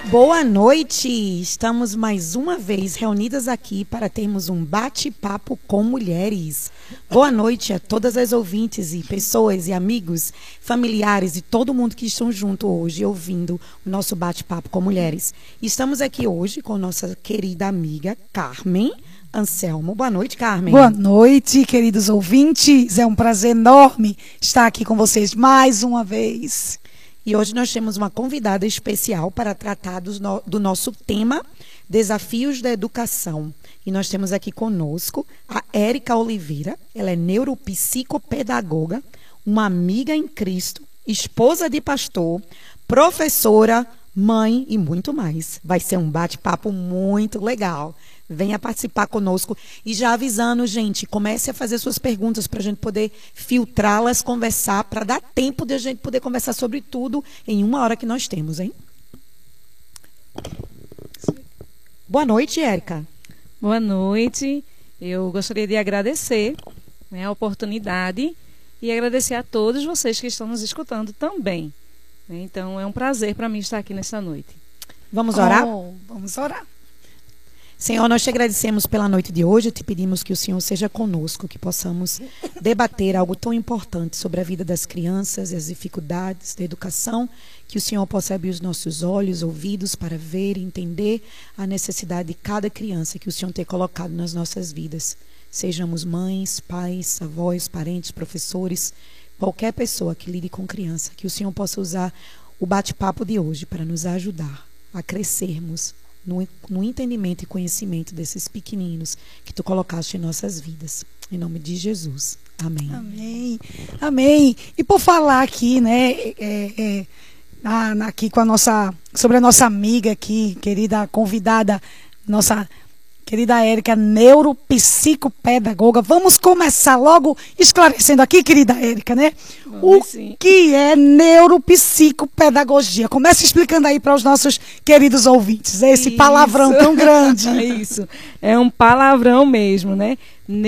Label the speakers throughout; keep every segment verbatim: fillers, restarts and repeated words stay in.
Speaker 1: Boa noite! Estamos mais uma vez reunidas aqui para termos um bate-papo com mulheres. Boa noite a todas as ouvintes e pessoas e amigos, familiares e todo mundo que estão junto hoje ouvindo o nosso bate-papo com mulheres. Estamos aqui hoje com nossa querida amiga Carmen Anselmo. Boa noite, Carmen.
Speaker 2: Boa noite, queridos ouvintes. É um prazer enorme estar aqui com vocês mais uma vez.
Speaker 1: E hoje nós temos uma convidada especial para tratar do, no, do nosso tema, Desafios da Educação. E nós temos aqui conosco a Érica Oliveira. Ela é neuropsicopedagoga, uma amiga em Cristo, esposa de pastor, professora, mãe e muito mais. Vai ser um bate-papo muito legal. Venha participar conosco. E já avisando, gente, comece a fazer suas perguntas para a gente poder filtrá-las, conversar, para dar tempo de a gente poder conversar sobre tudo em uma hora que nós temos, hein? Boa noite, Érica.
Speaker 3: Boa noite. Eu gostaria de agradecer, né, a oportunidade e agradecer a todos vocês que estão nos escutando também. Então, é um prazer para mim estar aqui nessa noite.
Speaker 1: Vamos orar?
Speaker 2: Oh, vamos orar.
Speaker 1: Senhor, nós te agradecemos pela noite de hoje, te pedimos que o Senhor seja conosco, que possamos debater algo tão importante sobre a vida das crianças e as dificuldades da educação, que o Senhor possa abrir os nossos olhos, ouvidos para ver e entender a necessidade de cada criança que o Senhor tem colocado nas nossas vidas. Sejamos mães, pais, avós, parentes, professores, qualquer pessoa que lide com criança, que o Senhor possa usar o bate-papo de hoje para nos ajudar a crescermos No, no entendimento e conhecimento desses pequeninos que tu colocaste em nossas vidas. Em nome de Jesus. Amém.
Speaker 2: Amém. Amém. E por falar aqui, né, é, é, na, aqui com a nossa, sobre a nossa amiga aqui, querida convidada, nossa querida Érica, neuropsicopedagoga. Vamos começar logo esclarecendo aqui, querida Érica, né? O
Speaker 3: sim.
Speaker 2: que é neuropsicopedagogia? Comece explicando aí para os nossos queridos ouvintes, esse
Speaker 3: Isso.
Speaker 2: palavrão tão grande.
Speaker 3: Isso, é um palavrão mesmo, né?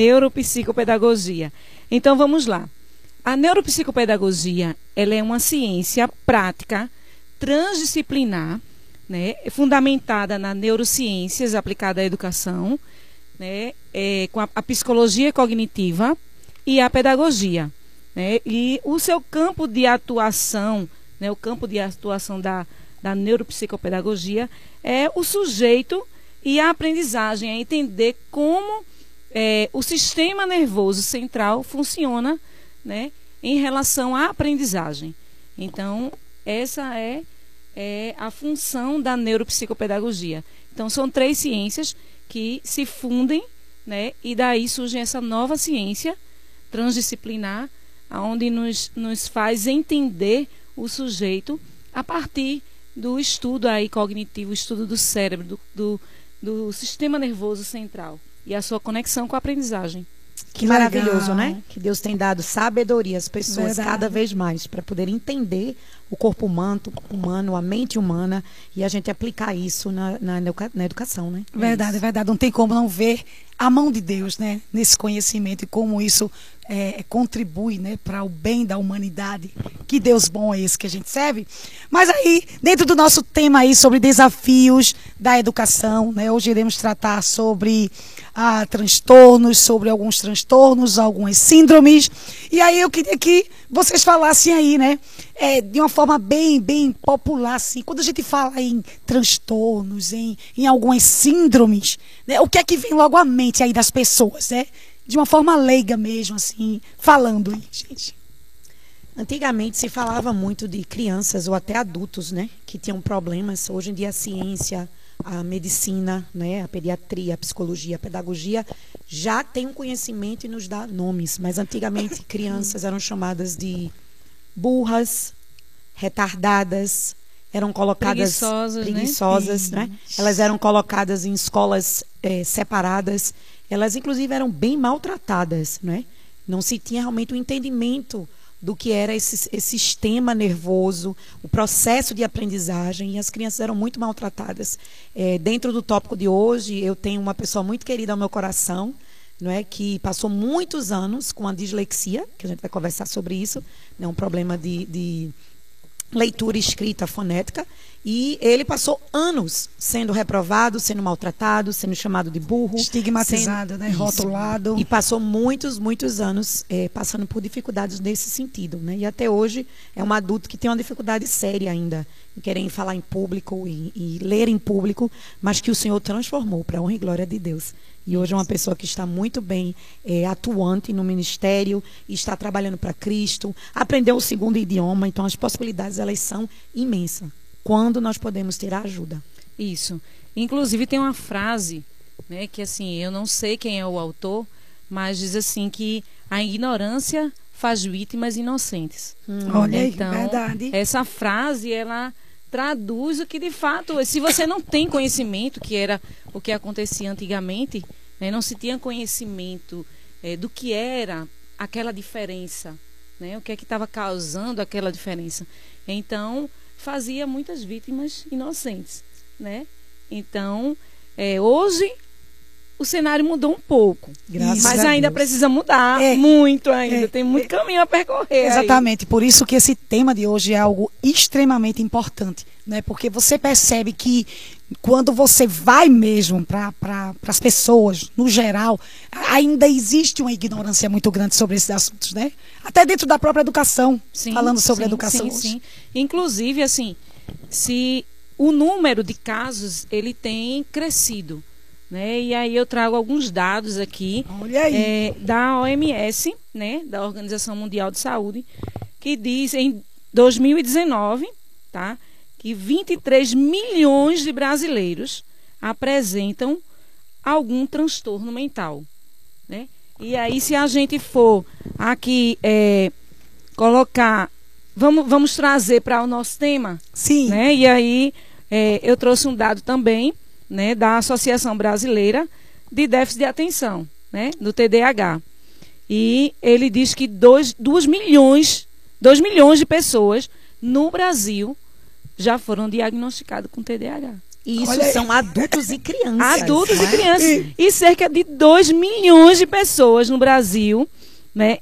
Speaker 3: Neuropsicopedagogia. Então, vamos lá. A neuropsicopedagogia, ela é uma ciência prática, transdisciplinar, né, fundamentada na neurociências aplicada à educação, né, é, com a, a psicologia cognitiva e a pedagogia, né, e o seu campo de atuação, né, o campo de atuação da, da neuropsicopedagogia é o sujeito e a aprendizagem, é entender como é, o sistema nervoso central funciona, né, em relação à aprendizagem. Então, essa é é a função da neuropsicopedagogia. Então, são três ciências que se fundem, né, e daí surge essa nova ciência transdisciplinar, onde nos, nos faz entender o sujeito a partir do estudo aí cognitivo, o estudo do cérebro, do, do, do sistema nervoso central e a sua conexão com a aprendizagem.
Speaker 1: Que maravilhoso, né? Que Deus tem dado sabedoria às pessoas
Speaker 2: Verdade.
Speaker 1: cada vez mais para poder entender o corpo humano, humano, a mente humana e a gente aplicar isso na, na, na educação, né?
Speaker 2: Verdade, é verdade. Não tem como não ver a mão de Deus, né, nesse conhecimento e como isso é, contribui, né, para o bem da humanidade. Que Deus bom é esse que a gente serve. Mas aí, dentro do nosso tema aí sobre desafios da educação, né, hoje iremos tratar sobre ah, transtornos, sobre alguns transtornos, algumas síndromes. E aí eu queria que vocês falassem aí, né, é, de uma forma bem, bem popular, assim, quando a gente fala em transtornos, em, em algumas síndromes, né, o que é que vem logo à mente aí das pessoas, né? De uma forma leiga mesmo, assim, falando aí, gente.
Speaker 1: Antigamente se falava muito de crianças ou até adultos, né, que tinham problemas. Hoje em dia a ciência, a medicina, né, a pediatria, a psicologia, a pedagogia já tem um conhecimento e nos dá nomes. Mas antigamente crianças eram chamadas de burras, retardadas, eram colocadas
Speaker 3: preguiçosas,
Speaker 1: preguiçosas, né? né? Elas eram colocadas em escolas é, separadas. Elas inclusive eram bem maltratadas, né? Não se tinha realmente um entendimento do que era esse, esse sistema nervoso, o processo de aprendizagem, e as crianças eram muito maltratadas. É, dentro do tópico de hoje, eu tenho uma pessoa muito querida ao meu coração, não é, que passou muitos anos com a dislexia, que a gente vai conversar sobre isso, né, um problema de, de leitura escrita fonética, E ele passou anos sendo reprovado, sendo maltratado, sendo chamado de burro.
Speaker 2: Estigmatizado,
Speaker 1: sendo...
Speaker 2: né? Rotulado.
Speaker 1: E passou muitos, muitos anos é, passando por dificuldades nesse sentido, né? E até hoje é um adulto que tem uma dificuldade séria ainda em querer falar em público e, e ler em público, mas que o Senhor transformou para a honra e glória de Deus. E hoje é uma pessoa que está muito bem é, atuante no ministério, está trabalhando para Cristo, aprendeu o segundo idioma, então as possibilidades elas são imensas. Quando nós podemos ter a ajuda.
Speaker 3: Isso. Inclusive tem uma frase, né, que assim, eu não sei quem é o autor, mas diz assim que a ignorância faz vítimas inocentes.
Speaker 2: Hum, Olha aí,
Speaker 3: então,
Speaker 2: verdade.
Speaker 3: Essa frase, ela traduz o que de fato, se você não tem conhecimento, que era o que acontecia antigamente, né, não se tinha conhecimento é, do que era aquela diferença, né, o que é que estava causando aquela diferença. Então, fazia muitas vítimas inocentes, né? Então, é, hoje o cenário mudou um pouco,
Speaker 1: Graças
Speaker 3: mas
Speaker 1: a
Speaker 3: ainda
Speaker 1: Deus.
Speaker 3: precisa mudar
Speaker 2: É,
Speaker 3: muito ainda,
Speaker 2: é,
Speaker 3: tem muito
Speaker 2: é,
Speaker 3: caminho a percorrer.
Speaker 2: Exatamente, aí. Por isso que esse tema de hoje é algo extremamente importante, né? Porque você percebe que quando você vai mesmo para pra, as pessoas, no geral, ainda existe uma ignorância muito grande sobre esses assuntos, né? Até dentro da própria educação,
Speaker 3: Sim,
Speaker 2: falando sobre
Speaker 3: sim,
Speaker 2: educação
Speaker 3: sim,
Speaker 2: hoje.
Speaker 3: sim. Inclusive, assim, se o número de casos ele tem crescido, né? E aí eu trago alguns dados aqui
Speaker 2: Olha aí.
Speaker 3: é, da O M S, né? Da Organização Mundial de Saúde, que diz em dois mil e dezenove, tá? Que vinte e três milhões de brasileiros apresentam algum transtorno mental, né? E aí, se a gente for aqui é, colocar, vamos, vamos trazer para o nosso tema,
Speaker 2: Sim.
Speaker 3: né? E aí é, eu trouxe um dado também, né, da Associação Brasileira de Déficit de Atenção, né, do T D A H. E ele diz que dois milhões, dois milhões de pessoas no Brasil já foram diagnosticadas com T D A H.
Speaker 1: E isso são adultos e crianças.
Speaker 3: Adultos
Speaker 1: né?
Speaker 3: e crianças. E, e cerca de dois milhões de pessoas no Brasil, né,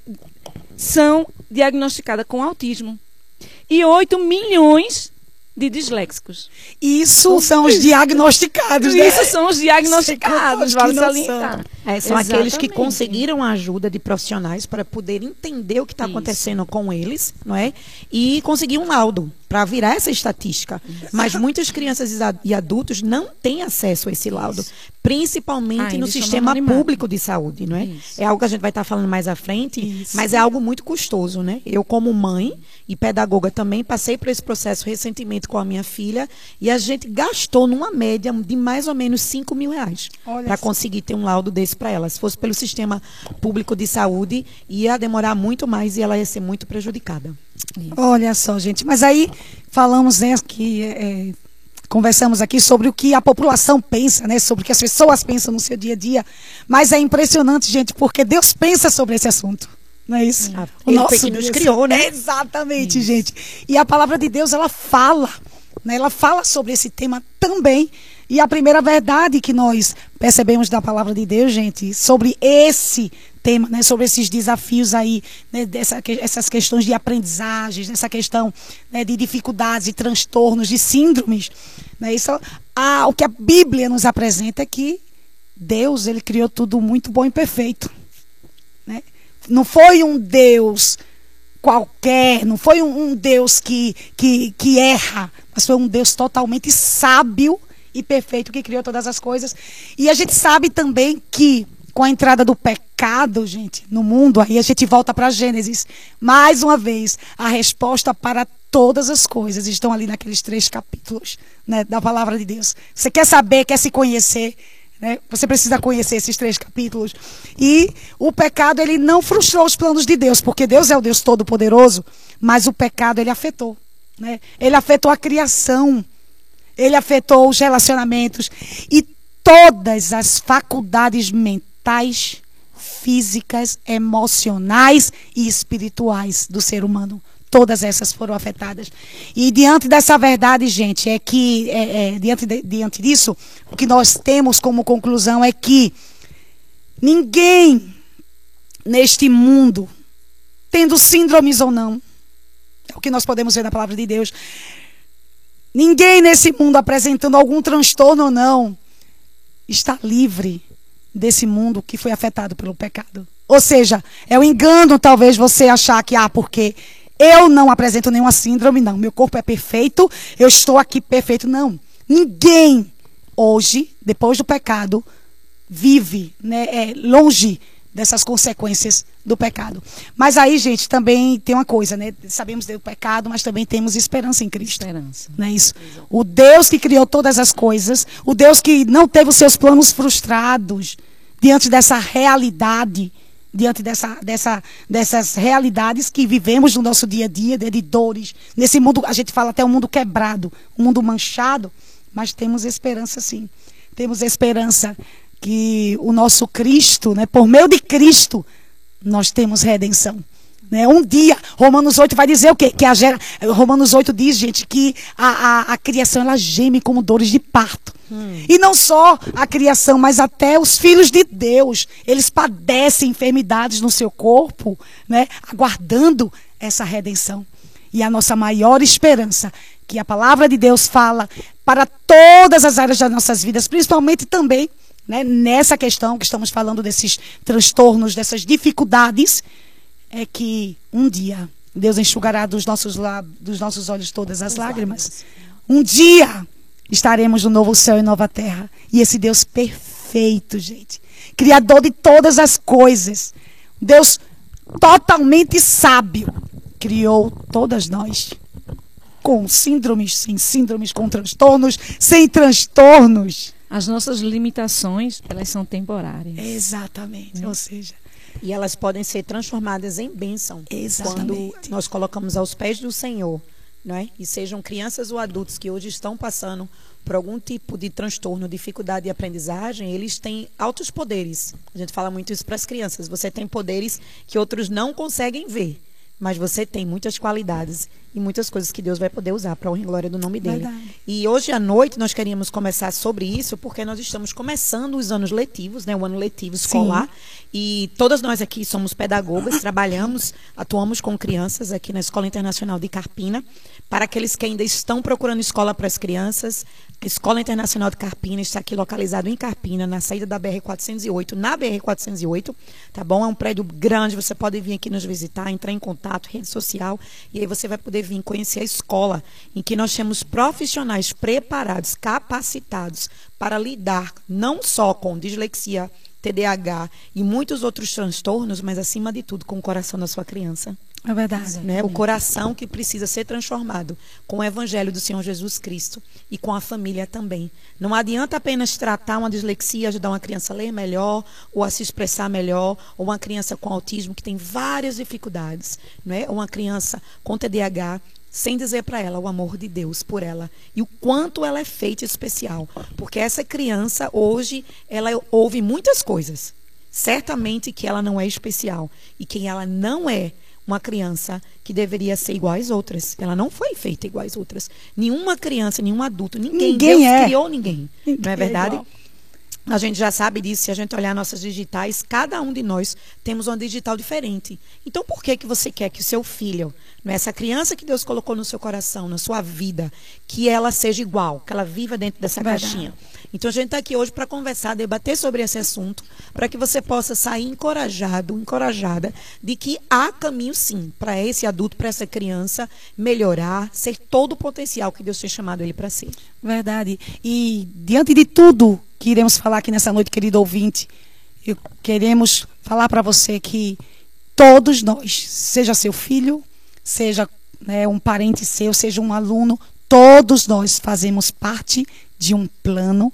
Speaker 3: são diagnosticadas com autismo. E oito milhões de disléxicos.
Speaker 2: Isso são os diagnosticados, né?
Speaker 3: Isso são os diagnosticados, vale
Speaker 2: que não
Speaker 3: salientar.
Speaker 1: É, são aqueles que
Speaker 3: Exatamente.
Speaker 1: conseguiram a ajuda de profissionais para poder entender o que está
Speaker 3: Isso.
Speaker 1: acontecendo com eles, não é? E conseguir um laudo para virar essa estatística. Mas muitas crianças e adultos não têm acesso a esse laudo, principalmente
Speaker 3: Ainda
Speaker 1: no
Speaker 3: estão
Speaker 1: sistema
Speaker 3: anonimados.
Speaker 1: público de saúde, não é?
Speaker 3: Isso.
Speaker 1: É algo que a gente vai estar falando mais à frente,
Speaker 2: Isso.
Speaker 1: mas é algo muito custoso, né? Eu, como mãe e pedagoga também, passei por esse processo recentemente com a minha filha e a gente gastou numa média de mais ou menos cinco mil reais para conseguir ter um laudo desse para ela. Se fosse pelo sistema público de saúde, ia demorar muito mais e ela ia ser muito prejudicada.
Speaker 3: Isso.
Speaker 2: Olha só, gente. Mas aí falamos, né, que é, conversamos aqui sobre o que a população pensa, né, sobre o que as pessoas pensam no seu dia a dia. Mas é impressionante, gente, porque Deus pensa sobre esse assunto. Não é isso?
Speaker 1: Ah, ele foi que nos criou, né?
Speaker 2: Exatamente, isso. Gente. E a palavra de Deus, ela fala, né, ela fala sobre esse tema também. E a primeira verdade que nós percebemos da palavra de Deus, gente, sobre esse tema, né, sobre esses desafios aí, né, dessa, essas questões de aprendizagens, essa questão, né, de dificuldades, de transtornos, de síndromes, né, isso, a, o que a Bíblia nos apresenta é que Deus, ele criou tudo muito bom e perfeito, né? Não foi um Deus qualquer, não foi um, um Deus que, que, que erra, mas foi um Deus totalmente sábio e perfeito que criou todas as coisas. E a gente sabe também que com a entrada do pecado, gente, no mundo, aí a gente volta para Gênesis. Mais uma vez, a resposta para todas as coisas estão ali naqueles três capítulos, né, da palavra de Deus. Você quer saber, quer se conhecer, né? Você precisa conhecer esses três capítulos. E o pecado, ele não frustrou os planos de Deus, porque Deus é o Deus Todo-Poderoso, mas o pecado, ele afetou, né? Ele afetou a criação, ele afetou os relacionamentos e todas as faculdades mentais, físicas, emocionais e espirituais do ser humano. Todas essas foram afetadas. E diante dessa verdade, gente, é que, é, é, diante, de, diante disso, o que nós temos como conclusão é que ninguém neste mundo, tendo síndromes ou não, é o que nós podemos ver na palavra de Deus, ninguém nesse mundo apresentando algum transtorno ou não, está livre desse mundo que foi afetado pelo pecado. Ou seja, é um engano talvez você achar que, ah, porque eu não apresento nenhuma síndrome, não, meu corpo é perfeito, eu estou aqui perfeito. Não, ninguém hoje, depois do pecado, vive, né, é, longe dessas consequências do pecado. Mas aí, gente, também tem uma coisa, né? Sabemos do pecado, mas também temos esperança em Cristo.
Speaker 3: Esperança.
Speaker 2: Não é isso? O Deus que criou todas as coisas, o Deus que não teve os seus planos frustrados diante dessa realidade, diante dessa, dessa, dessas realidades que vivemos no nosso dia a dia, de dores. Nesse mundo, a gente fala até um mundo quebrado, um mundo manchado, mas temos esperança sim. Temos esperança que o nosso Cristo, né, por meio de Cristo, nós temos redenção. Né? Um dia, Romanos oito vai dizer o quê? Que a gera, Romanos oito diz, gente, que a, a, a criação ela geme como dores de parto. Hum. E não só a criação, mas até os filhos de Deus, eles padecem enfermidades no seu corpo, né, aguardando essa redenção. E a nossa maior esperança, que a palavra de Deus fala para todas as áreas das nossas vidas, principalmente também, né, nessa questão que estamos falando desses transtornos, dessas dificuldades, é que um dia Deus enxugará dos nossos, dos nossos olhos todas as lágrimas. Um dia estaremos no novo céu e nova terra. E esse Deus perfeito, gente, Criador de todas as coisas, Deus totalmente sábio, criou todas nós, com síndromes, sem síndromes, com transtornos, sem transtornos.
Speaker 3: As nossas limitações, elas são temporárias.
Speaker 2: Exatamente, hum. ou seja...
Speaker 1: E elas podem ser transformadas em bênção.
Speaker 2: Exatamente.
Speaker 1: Quando nós colocamos aos pés do Senhor, não é? E sejam crianças ou adultos que hoje estão passando por algum tipo de transtorno, dificuldade de aprendizagem, eles têm altos poderes. A gente fala muito isso para as crianças. Você tem poderes que outros não conseguem ver. Mas você tem muitas qualidades e muitas coisas que Deus vai poder usar para a honra e glória do nome dele.
Speaker 2: Verdade.
Speaker 1: E hoje à noite nós queríamos começar sobre isso porque nós estamos começando os anos letivos, né, o ano letivo escolar. Sim. E todas nós aqui somos pedagogas, trabalhamos, atuamos com crianças aqui na Escola Internacional de Carpina. Para aqueles que ainda estão procurando escola para as crianças, a Escola Internacional de Carpina está aqui localizado em Carpina, na saída da B R quatrocentos e oito, na B R quatrocentos e oito, tá bom? É um prédio grande, você pode vir aqui nos visitar, entrar em contato, rede social, e aí você vai poder vir conhecer a escola, em que nós temos profissionais preparados, capacitados para lidar não só com dislexia, T D A H e muitos outros transtornos, mas acima de tudo com o coração da sua criança.
Speaker 2: É verdade.
Speaker 1: Né? O coração que precisa ser transformado com o evangelho do Senhor Jesus Cristo e com a família também. Não adianta apenas tratar uma dislexia, ajudar uma criança a ler melhor ou a se expressar melhor, ou uma criança com autismo que tem várias dificuldades, não é? Ou uma criança com T D A H, sem dizer para ela o amor de Deus por ela e o quanto ela é feita especial. Porque essa criança hoje, ela ouve muitas coisas. Certamente que ela não é especial. E quem ela não é, uma criança que deveria ser igual às outras. Ela não foi feita igual às outras. Nenhuma criança, nenhum adulto, ninguém.
Speaker 2: Ninguém
Speaker 1: Deus
Speaker 2: é.
Speaker 1: criou ninguém.
Speaker 2: Ninguém
Speaker 1: não é verdade?
Speaker 2: É
Speaker 1: A gente já sabe disso, se a gente olhar nossas digitais, cada um de nós temos uma digital diferente. Então, por que que você quer que o seu filho, não é, essa criança que Deus colocou no seu coração, na sua vida, que ela seja igual, que ela viva dentro dessa
Speaker 2: Verdade.
Speaker 1: caixinha? Então, a gente está aqui hoje para conversar, debater sobre esse assunto, para que você possa sair encorajado, encorajada, de que há caminho sim, para esse adulto, para essa criança, melhorar, ser todo o potencial que Deus tem chamado ele para ser.
Speaker 2: Verdade. E diante de tudo que iremos falar aqui nessa noite, querido ouvinte, eu queremos falar para você que todos nós, seja seu filho, seja, né, um parente seu, seja um aluno, todos nós fazemos parte de um plano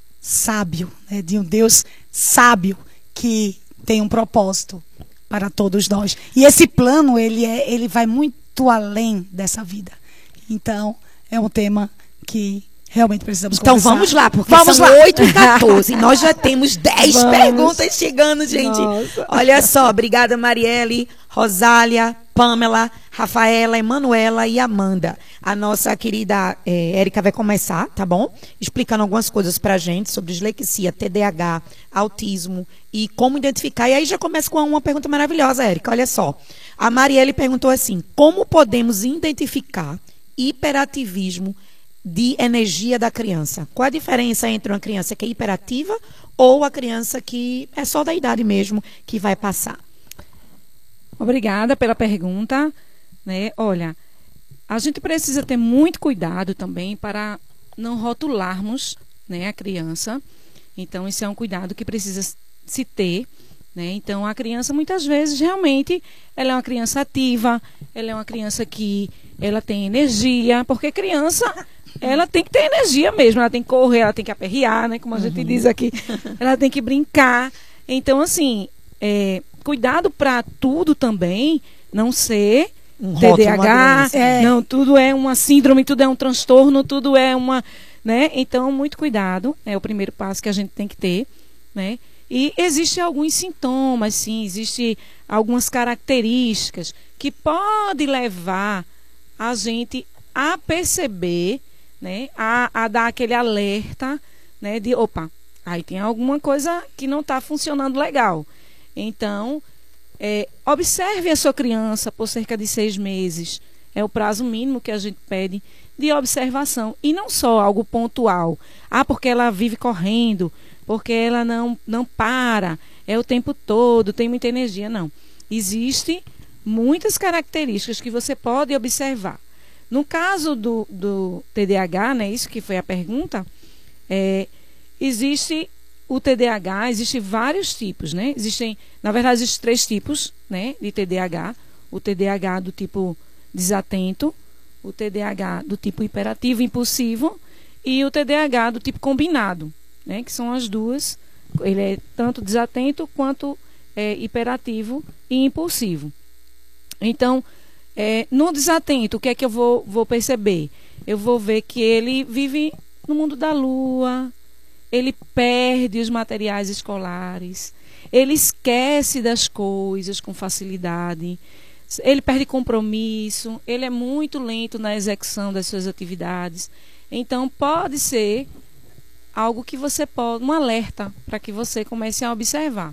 Speaker 2: sábio, né, de um Deus sábio que tem um propósito para todos nós. E esse plano, ele, é, ele vai muito além dessa vida. Então, é um tema que realmente precisamos
Speaker 1: Então
Speaker 2: conversar.
Speaker 1: vamos lá, porque
Speaker 2: vamos
Speaker 1: são
Speaker 2: lá.
Speaker 1: oito e quatorze. E nós já temos dez
Speaker 3: Vamos.
Speaker 1: perguntas chegando, gente.
Speaker 3: Nossa.
Speaker 1: Olha só, obrigada Marielle, Rosália, Pamela, Rafaela, Emanuela e Amanda. A nossa querida é, Érica vai começar, tá bom? Explicando algumas coisas pra gente sobre dislexia, T D A H, autismo e como identificar. E aí já começa com uma pergunta maravilhosa, Érica. Olha só. A Marielle perguntou assim: como podemos identificar hiperativismo de energia da criança. Qual a diferença entre uma criança que é hiperativa ou a criança que é só da idade mesmo que vai passar?
Speaker 3: Obrigada pela pergunta, né? Olha, a gente precisa ter muito cuidado também para não rotularmos, né, a criança. Então, esse é um cuidado que precisa se ter, né? Então, a criança, muitas vezes, realmente, ela é uma criança ativa, ela é uma criança que ela tem energia, porque criança, ela tem que ter energia mesmo, ela tem que correr, ela tem que aperrear, né, como a gente uhum. diz aqui, ela tem que brincar. Então, assim, é, cuidado para tudo também, não ser um T D A H, é. não, tudo é uma síndrome, tudo é um transtorno, tudo é uma, né? Então, muito cuidado, é o primeiro passo que a gente tem que ter, né? E existem alguns sintomas, sim, existem algumas características que podem levar a gente a perceber, né? A, a dar aquele alerta, né? De, opa, aí tem alguma coisa que não está funcionando legal. Então, é, observe a sua criança por cerca de seis meses. É o prazo mínimo que a gente pede de observação. E não só algo pontual. Ah, porque ela vive correndo, porque ela não, não para, é o tempo todo, tem muita energia. Não. Existem muitas características que você pode observar. No caso do, do T D A H, né, isso que foi a pergunta, é, existe o T D A H, existem vários tipos, né? Existem, na verdade, existem três tipos, né, de T D A H. O T D A H do tipo desatento, o T D A H do tipo hiperativo impulsivo e o T D A H do tipo combinado, né, que são as duas. Ele é tanto desatento quanto é, hiperativo e impulsivo. Então, é, no desatento, o que é que eu vou, vou perceber? Eu vou ver que ele vive no mundo da lua, ele perde os materiais escolares, ele esquece das coisas com facilidade, ele perde compromisso, ele é muito lento na execução das suas atividades. Então, pode ser algo que você pode, um alerta para que você comece a observar.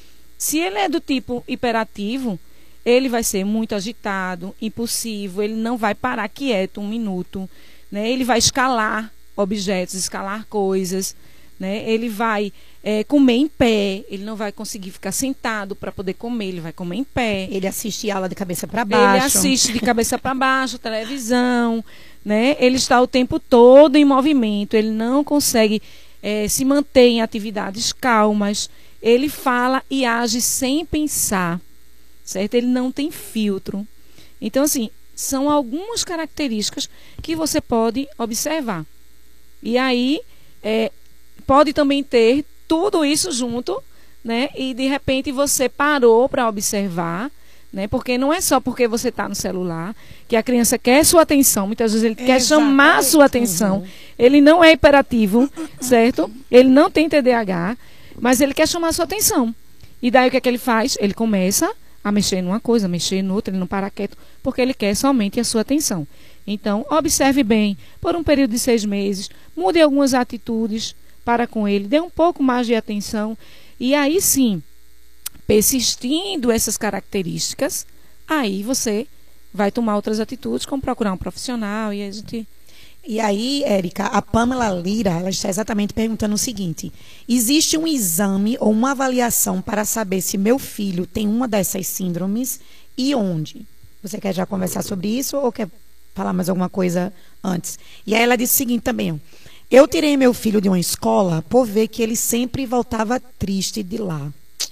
Speaker 3: Se ele é do tipo hiperativo, ele vai ser muito agitado, impulsivo, ele não vai parar quieto um minuto, né? Ele vai escalar objetos, escalar coisas, né? Ele vai é, comer em pé, ele não vai conseguir ficar sentado para poder comer, ele vai comer em pé.
Speaker 1: Ele assiste aula de cabeça para baixo.
Speaker 3: Ele assiste de cabeça para baixo, televisão, né? Ele está o tempo todo em movimento, ele não consegue é, se manter em atividades calmas, ele fala e age sem pensar, certo? Ele não tem filtro. Então, assim, são algumas características que você pode observar. E aí, é, pode também ter tudo isso junto, né? E de repente você parou para observar, né? Porque não é só porque você está no celular que a criança quer sua atenção. Muitas vezes ele quer
Speaker 2: Exatamente.
Speaker 3: chamar a sua atenção.
Speaker 2: Uhum.
Speaker 3: Ele não é hiperativo, certo? Ele não tem T D A H, mas ele quer chamar a sua atenção. E daí o que é que ele faz? Ele começa a mexer numa coisa, a mexer em outra, ele não para quieto, porque ele quer somente a sua atenção. Então, observe bem, por um período de seis meses, mude algumas atitudes para com ele, dê um pouco mais de atenção, e aí sim, persistindo essas características, aí você vai tomar outras atitudes, como procurar um profissional, e a gente...
Speaker 1: E aí, Érica, a Pamela Lira, ela está exatamente perguntando o seguinte: existe um exame ou uma avaliação para saber se meu filho tem uma dessas síndromes e onde? Você quer já conversar sobre isso ou quer falar mais alguma coisa antes? E aí ela disse o seguinte também: ó, eu tirei meu filho de uma escola por ver que ele sempre voltava triste de lá.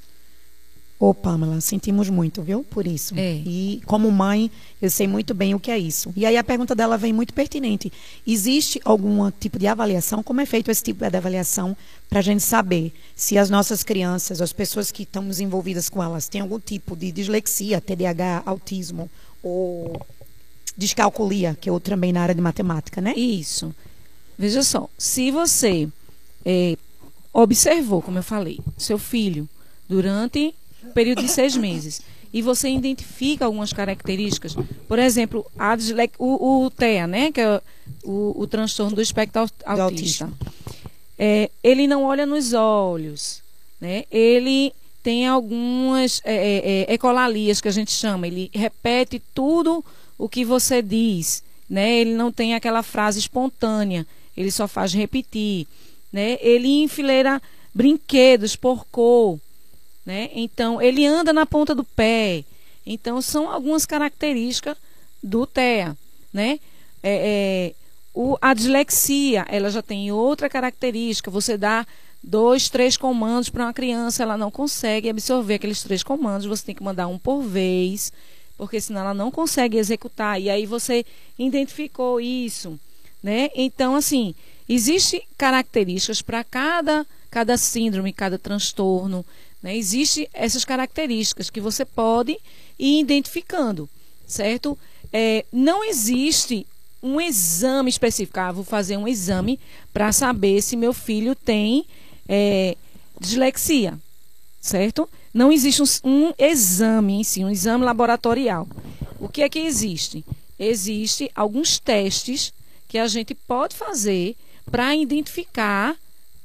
Speaker 1: Ô, Pamela, sentimos muito, viu, por isso.
Speaker 3: É.
Speaker 1: E como mãe, eu sei muito bem o que é isso. E aí a pergunta dela vem muito pertinente. Existe algum tipo de avaliação? Como é feito esse tipo de avaliação para a gente saber se as nossas crianças, as pessoas que estamos envolvidas com elas, têm algum tipo de dislexia, T D A H, autismo ou descalculia, que é outra também na área de matemática, né?
Speaker 3: Isso. Veja só, se você é, observou, como eu falei, seu filho durante período de seis meses, e você identifica algumas características, por exemplo, a dislec, o, o T E A, né, que é o, o transtorno do espectro autista. É, ele não olha nos olhos, né, ele tem algumas é, é, ecolalias que a gente chama, ele repete tudo o que você diz, né? Ele não tem aquela frase espontânea, ele só faz repetir, né? Ele enfileira brinquedos por cor, né? Então, ele anda na ponta do pé. Então, são algumas características do T E A, né? É, é, o, a dislexia, ela já tem outra característica. Você dá dois, três comandos para uma criança, ela não consegue absorver aqueles três comandos, você tem que mandar um por vez, porque senão ela não consegue executar. E aí você identificou isso, né? Então, assim, existem características para cada, cada síndrome, cada transtorno, né? Existem essas características que você pode ir identificando, certo? É, não existe um exame específico. Ah, vou fazer um exame para saber se meu filho tem é, dislexia, certo? Não existe um, um exame em si, um exame laboratorial. O que é que existe? Existem alguns testes que a gente pode fazer para identificar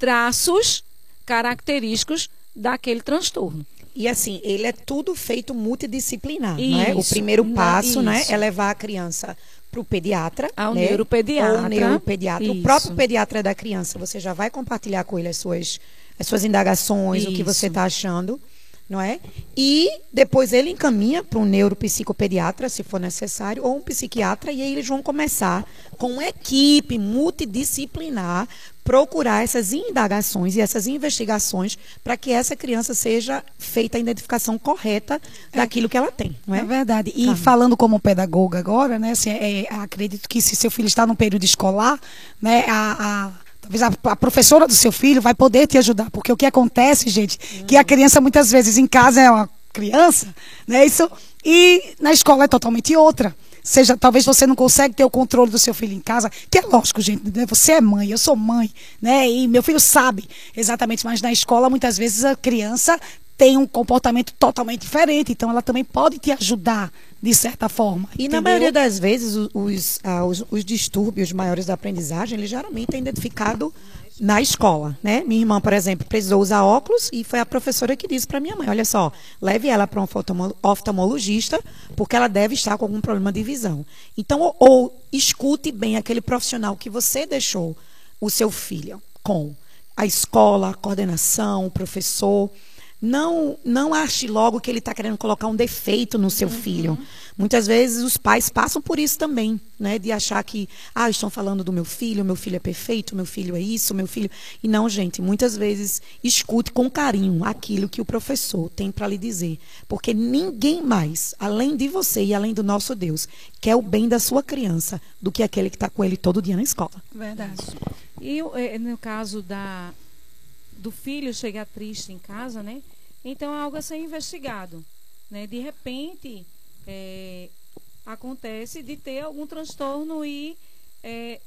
Speaker 3: traços característicos daquele transtorno.
Speaker 1: E assim, ele é tudo feito multidisciplinar, né? O primeiro
Speaker 3: na-
Speaker 1: passo, né,
Speaker 3: isso.
Speaker 1: é levar a criança para o pediatra,
Speaker 3: Ao
Speaker 1: né?
Speaker 3: neuropediatra.
Speaker 1: Ou neuropediatra. O
Speaker 3: Isso.
Speaker 1: próprio pediatra da criança, você já vai compartilhar com ele as suas, as suas indagações, o que você
Speaker 3: Isso.
Speaker 1: está achando, não é? E depois ele encaminha para um neuropsicopediatra, se for necessário, ou um psiquiatra, e aí eles vão começar com uma equipe multidisciplinar procurar essas indagações e essas investigações para que essa criança seja feita a identificação correta daquilo que ela tem, não é?
Speaker 2: É verdade. E
Speaker 1: Carmen.
Speaker 2: falando como pedagoga agora, né, assim, é, acredito que se seu filho está no período escolar, né, a, a talvez a, a professora do seu filho vai poder te ajudar, porque o que acontece, gente, hum. que a criança muitas vezes em casa é uma criança, né, isso, e na escola é totalmente outra. Seja, talvez você não consegue ter o controle do seu filho em casa, que é lógico, gente, né? Você é mãe, eu sou mãe, né? E meu filho sabe exatamente, mas na escola muitas vezes a criança tem um comportamento totalmente diferente, então ela também pode te ajudar de certa forma.
Speaker 1: E
Speaker 2: entendeu?
Speaker 1: na maioria das vezes os, os, ah, os, os distúrbios maiores da aprendizagem, eles geralmente é identificado na escola, né? Minha irmã, por exemplo, precisou usar óculos e foi a professora que disse para minha mãe, olha só, leve ela para um oftalmologista porque ela deve estar com algum problema de visão. Então, ou, ou escute bem aquele profissional que você deixou o seu filho com a escola, a coordenação, o professor. Não, não ache logo que ele está querendo colocar um defeito no seu uhum. filho. Muitas vezes os pais passam por isso também, né? De achar que, ah, estão falando do meu filho, meu filho é perfeito, meu filho é isso, meu filho... E não, gente, muitas vezes escute com carinho aquilo que o professor tem para lhe dizer. Porque ninguém mais, além de você e além do nosso Deus, quer o bem da sua criança do que aquele que está com ele todo dia na escola.
Speaker 2: Verdade.
Speaker 3: E no caso da... do filho chegar triste em casa, né? Então é algo a ser investigado, né? De repente é, acontece de ter algum transtorno e é,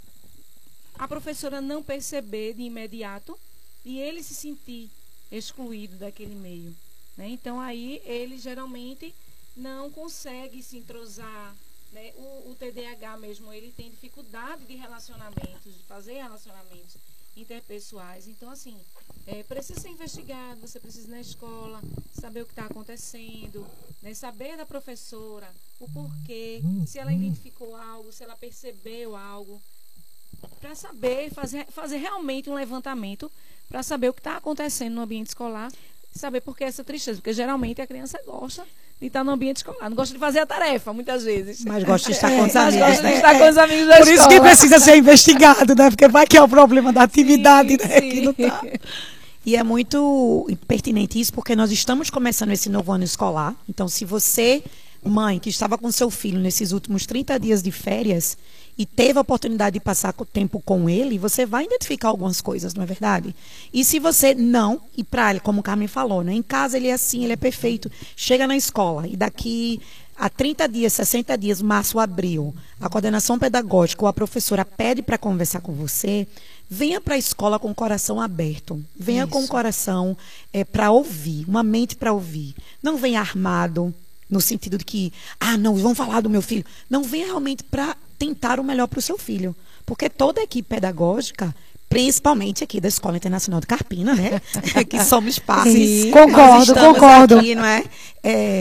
Speaker 3: a professora não perceber de imediato e ele se sentir excluído daquele meio, né? Então aí ele geralmente não consegue se entrosar, né? O, o T D A H mesmo, ele tem dificuldade de relacionamentos, de fazer relacionamentos interpessoais. Então, assim, é, precisa ser investigado, você precisa ir na escola, saber o que está acontecendo, né, saber da professora, o porquê, se ela identificou algo, se ela percebeu algo, para saber, fazer, fazer realmente um levantamento para saber o que está acontecendo no ambiente escolar, saber por que essa tristeza, porque geralmente a criança gosta de estar no ambiente escolar, não gosta de fazer a tarefa, muitas vezes.
Speaker 1: Mas gosta de estar
Speaker 2: É,
Speaker 1: com os
Speaker 2: mas
Speaker 1: amigos,
Speaker 3: gosta de
Speaker 1: né?
Speaker 3: estar com os amigos da
Speaker 2: Por isso
Speaker 3: escola.
Speaker 2: que precisa ser investigado, né? Porque vai que é o problema da atividade,
Speaker 3: Sim,
Speaker 2: né?
Speaker 3: sim.
Speaker 2: Que não tá.
Speaker 1: E é muito pertinente isso, porque nós estamos começando esse novo ano escolar. Então, se você, mãe, que estava com seu filho nesses últimos trinta dias de férias e teve a oportunidade de passar o tempo com ele, você vai identificar algumas coisas, não é verdade? E se você não, e para ele, como o Carmen falou, né? Em casa ele é assim, ele é perfeito. Chega na escola e daqui a trinta dias, sessenta dias, março, abril, a coordenação pedagógica ou a professora pede para conversar com você, venha para a escola com o coração aberto. Venha
Speaker 2: Isso.
Speaker 1: com o coração é, para ouvir, uma mente para ouvir. Não venha armado, no sentido de que, ah, não, vão falar do meu filho. Não, venha realmente para tentar o melhor para o seu filho. Porque toda a equipe pedagógica, principalmente aqui da Escola Internacional de Carpina, né? Que somos parte.
Speaker 2: Sim, concordo,
Speaker 1: Nós estamos
Speaker 2: concordo.
Speaker 1: aqui, não é? É,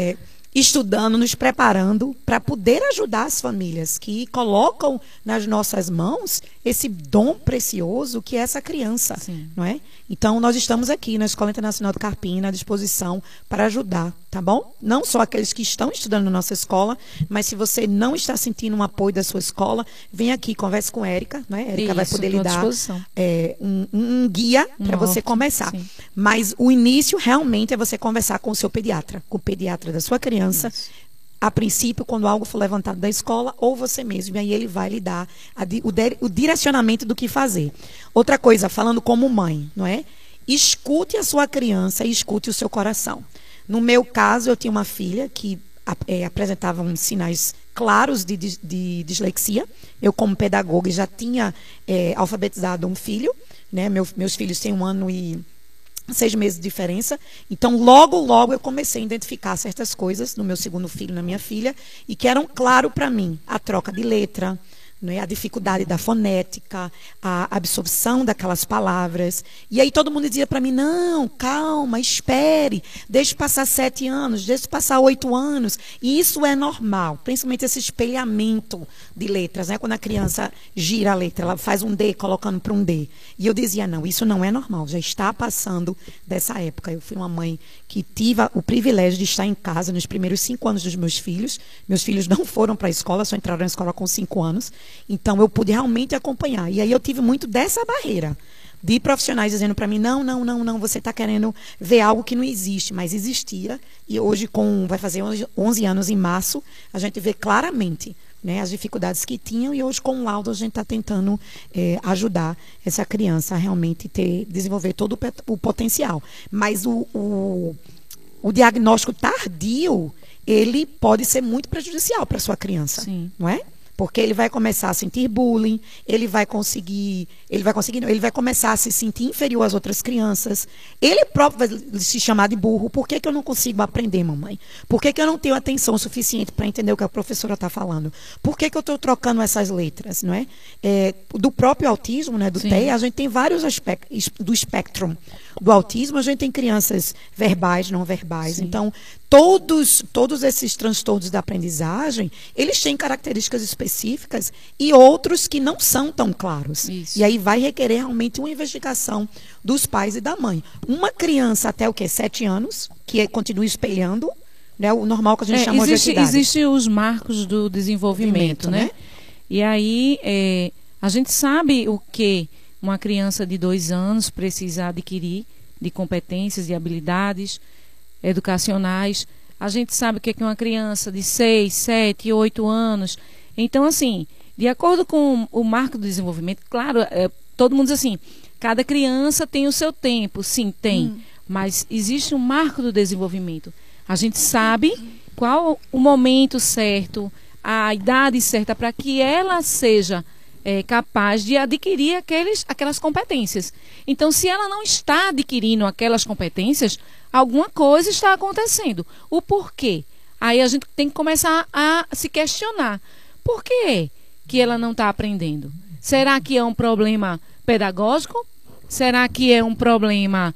Speaker 1: estudando, nos preparando para poder ajudar as famílias que colocam nas nossas mãos esse dom precioso que é essa criança,
Speaker 3: Sim.
Speaker 1: não é? Então, nós estamos aqui na Escola Internacional do Carpina à disposição para ajudar, tá bom? Não só aqueles que estão estudando na nossa escola, mas se você não está sentindo um apoio da sua escola, vem aqui, converse com a Érica, não é? Érica vai
Speaker 3: Isso,
Speaker 1: poder
Speaker 3: tô
Speaker 1: lhe
Speaker 3: à
Speaker 1: dar
Speaker 3: disposição.
Speaker 1: é, um, um guia para você
Speaker 3: Norte,
Speaker 1: começar.
Speaker 3: sim.
Speaker 1: Mas o início realmente é você conversar com o seu pediatra, com o pediatra da sua criança,
Speaker 3: Isso.
Speaker 1: a princípio, quando algo for levantado da escola, ou você mesmo, e aí ele vai lhe dar a di- o, de- o direcionamento do que fazer. Outra coisa, falando como mãe, não é? Escute a sua criança e escute o seu coração. No meu caso, eu tinha uma filha que a- é, apresentava uns sinais claros de, de- de dislexia. Eu, como pedagoga, já tinha é, alfabetizado um filho, né? Meu- meus filhos têm um ano e seis meses de diferença. Então, logo, logo eu comecei a identificar certas coisas no meu segundo filho, na minha filha, e que eram claro para mim. A troca de letra, não é? A dificuldade da fonética, a absorção daquelas palavras. E aí todo mundo dizia para mim, não, calma, espere, deixe passar sete anos, deixe passar oito anos. E isso é normal, principalmente esse espelhamento de letras, né? Quando a criança gira a letra, ela faz um D colocando para um D. E eu dizia, não, isso não é normal, já está passando dessa época. Eu fui uma mãe que tive o privilégio de estar em casa nos primeiros cinco anos dos meus filhos. Meus filhos não foram para a escola, só entraram na escola com cinco anos. Então, eu pude realmente acompanhar. E aí eu tive muito dessa barreira de profissionais dizendo para mim, não, não, não, não, você está querendo ver algo que não existe, mas existia. E hoje, com vai fazer onze anos em março, a gente vê claramente, né, as dificuldades que tinham, e hoje com o laudo a gente está tentando é, ajudar essa criança a realmente ter, desenvolver todo o, pet- o potencial. Mas o, o, o diagnóstico tardio, ele pode ser muito prejudicial para a sua criança,
Speaker 3: Sim.
Speaker 1: não é? Porque ele vai começar a sentir bullying, ele vai conseguir, ele vai conseguir, não, ele vai começar a se sentir inferior às outras crianças. Ele próprio vai se chamar de burro. Por que que eu não consigo aprender, mamãe? Por que que eu não tenho atenção suficiente para entender o que a professora está falando? Por que que eu estou trocando essas letras, não é? É, do próprio autismo, né, do
Speaker 3: Sim.
Speaker 1: T E A, a gente tem vários aspectos do espectro do autismo. A gente tem crianças verbais, não verbais.
Speaker 3: Sim.
Speaker 1: Então, todos, todos esses transtornos da aprendizagem, eles têm características específicas e outros que não são tão claros.
Speaker 3: Isso.
Speaker 1: E aí vai requerer realmente uma investigação dos pais e da mãe. Uma criança até o quê? Sete anos, que é- continua espelhando, né, o normal que a gente
Speaker 3: É,
Speaker 1: chama
Speaker 3: existe,
Speaker 1: de idade.
Speaker 3: Existem os marcos do desenvolvimento,
Speaker 1: Desenvolvimento,
Speaker 3: né?
Speaker 1: né?
Speaker 3: E aí, é, a gente sabe o que uma criança de dois anos precisa adquirir de competências e habilidades educacionais. A gente sabe o que é que uma criança de seis, sete, oito anos. Então, assim, de acordo com o marco do desenvolvimento, claro, é, todo mundo diz assim, cada criança tem o seu tempo. Sim, tem.
Speaker 1: Hum.
Speaker 3: Mas existe um marco do desenvolvimento. A gente sabe qual o momento certo, a idade certa para que ela seja é, capaz de adquirir aqueles, aquelas competências. Então, se ela não está adquirindo aquelas competências, alguma coisa está acontecendo. O porquê? Aí a gente tem que começar a se questionar. Por que que ela não está aprendendo? Será que é um problema pedagógico? Será que é um problema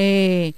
Speaker 3: é,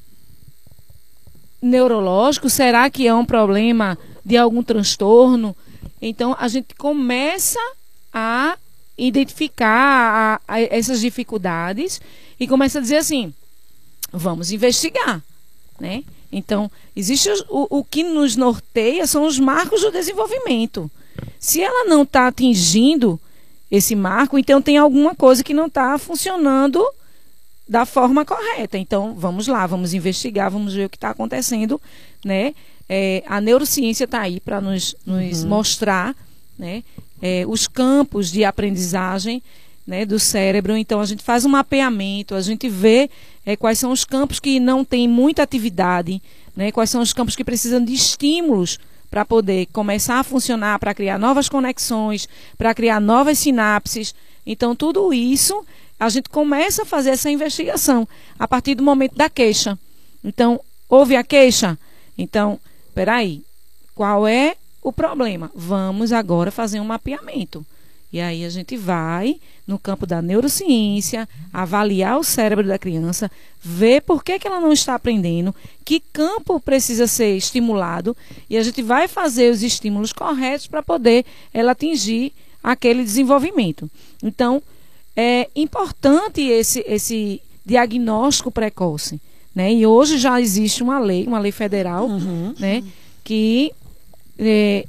Speaker 3: neurológico? Será que é um problema de algum transtorno? Então, a gente começa a identificar a, a essas dificuldades e começa a dizer assim, vamos investigar, né? Então, existe os- o, o que nos norteia são os marcos do desenvolvimento. Se ela não está atingindo esse marco, então tem alguma coisa que não está funcionando da forma correta. Então, vamos lá, vamos investigar, vamos ver o que está acontecendo, né? É, a neurociência está aí para nos, nos mostrar, né, é, os campos de aprendizagem, né, do cérebro. Então, a gente faz um mapeamento, a gente vê é, quais são os campos que não têm muita atividade, né, quais são os campos que precisam de estímulos para poder começar a funcionar, para criar novas conexões, para criar novas sinapses. Então, tudo isso, a gente começa a fazer essa investigação a partir do momento da queixa. Então, houve a queixa? Então, peraí, qual é o problema? Vamos agora fazer um mapeamento. E aí a gente vai no campo da neurociência, avaliar o cérebro da criança, ver por que, que ela não está aprendendo, que campo precisa ser estimulado, e a gente vai fazer os estímulos corretos para poder ela atingir aquele desenvolvimento. Então, é importante esse, esse diagnóstico precoce, né? E hoje já existe uma lei, uma lei federal, uhum. né? que é,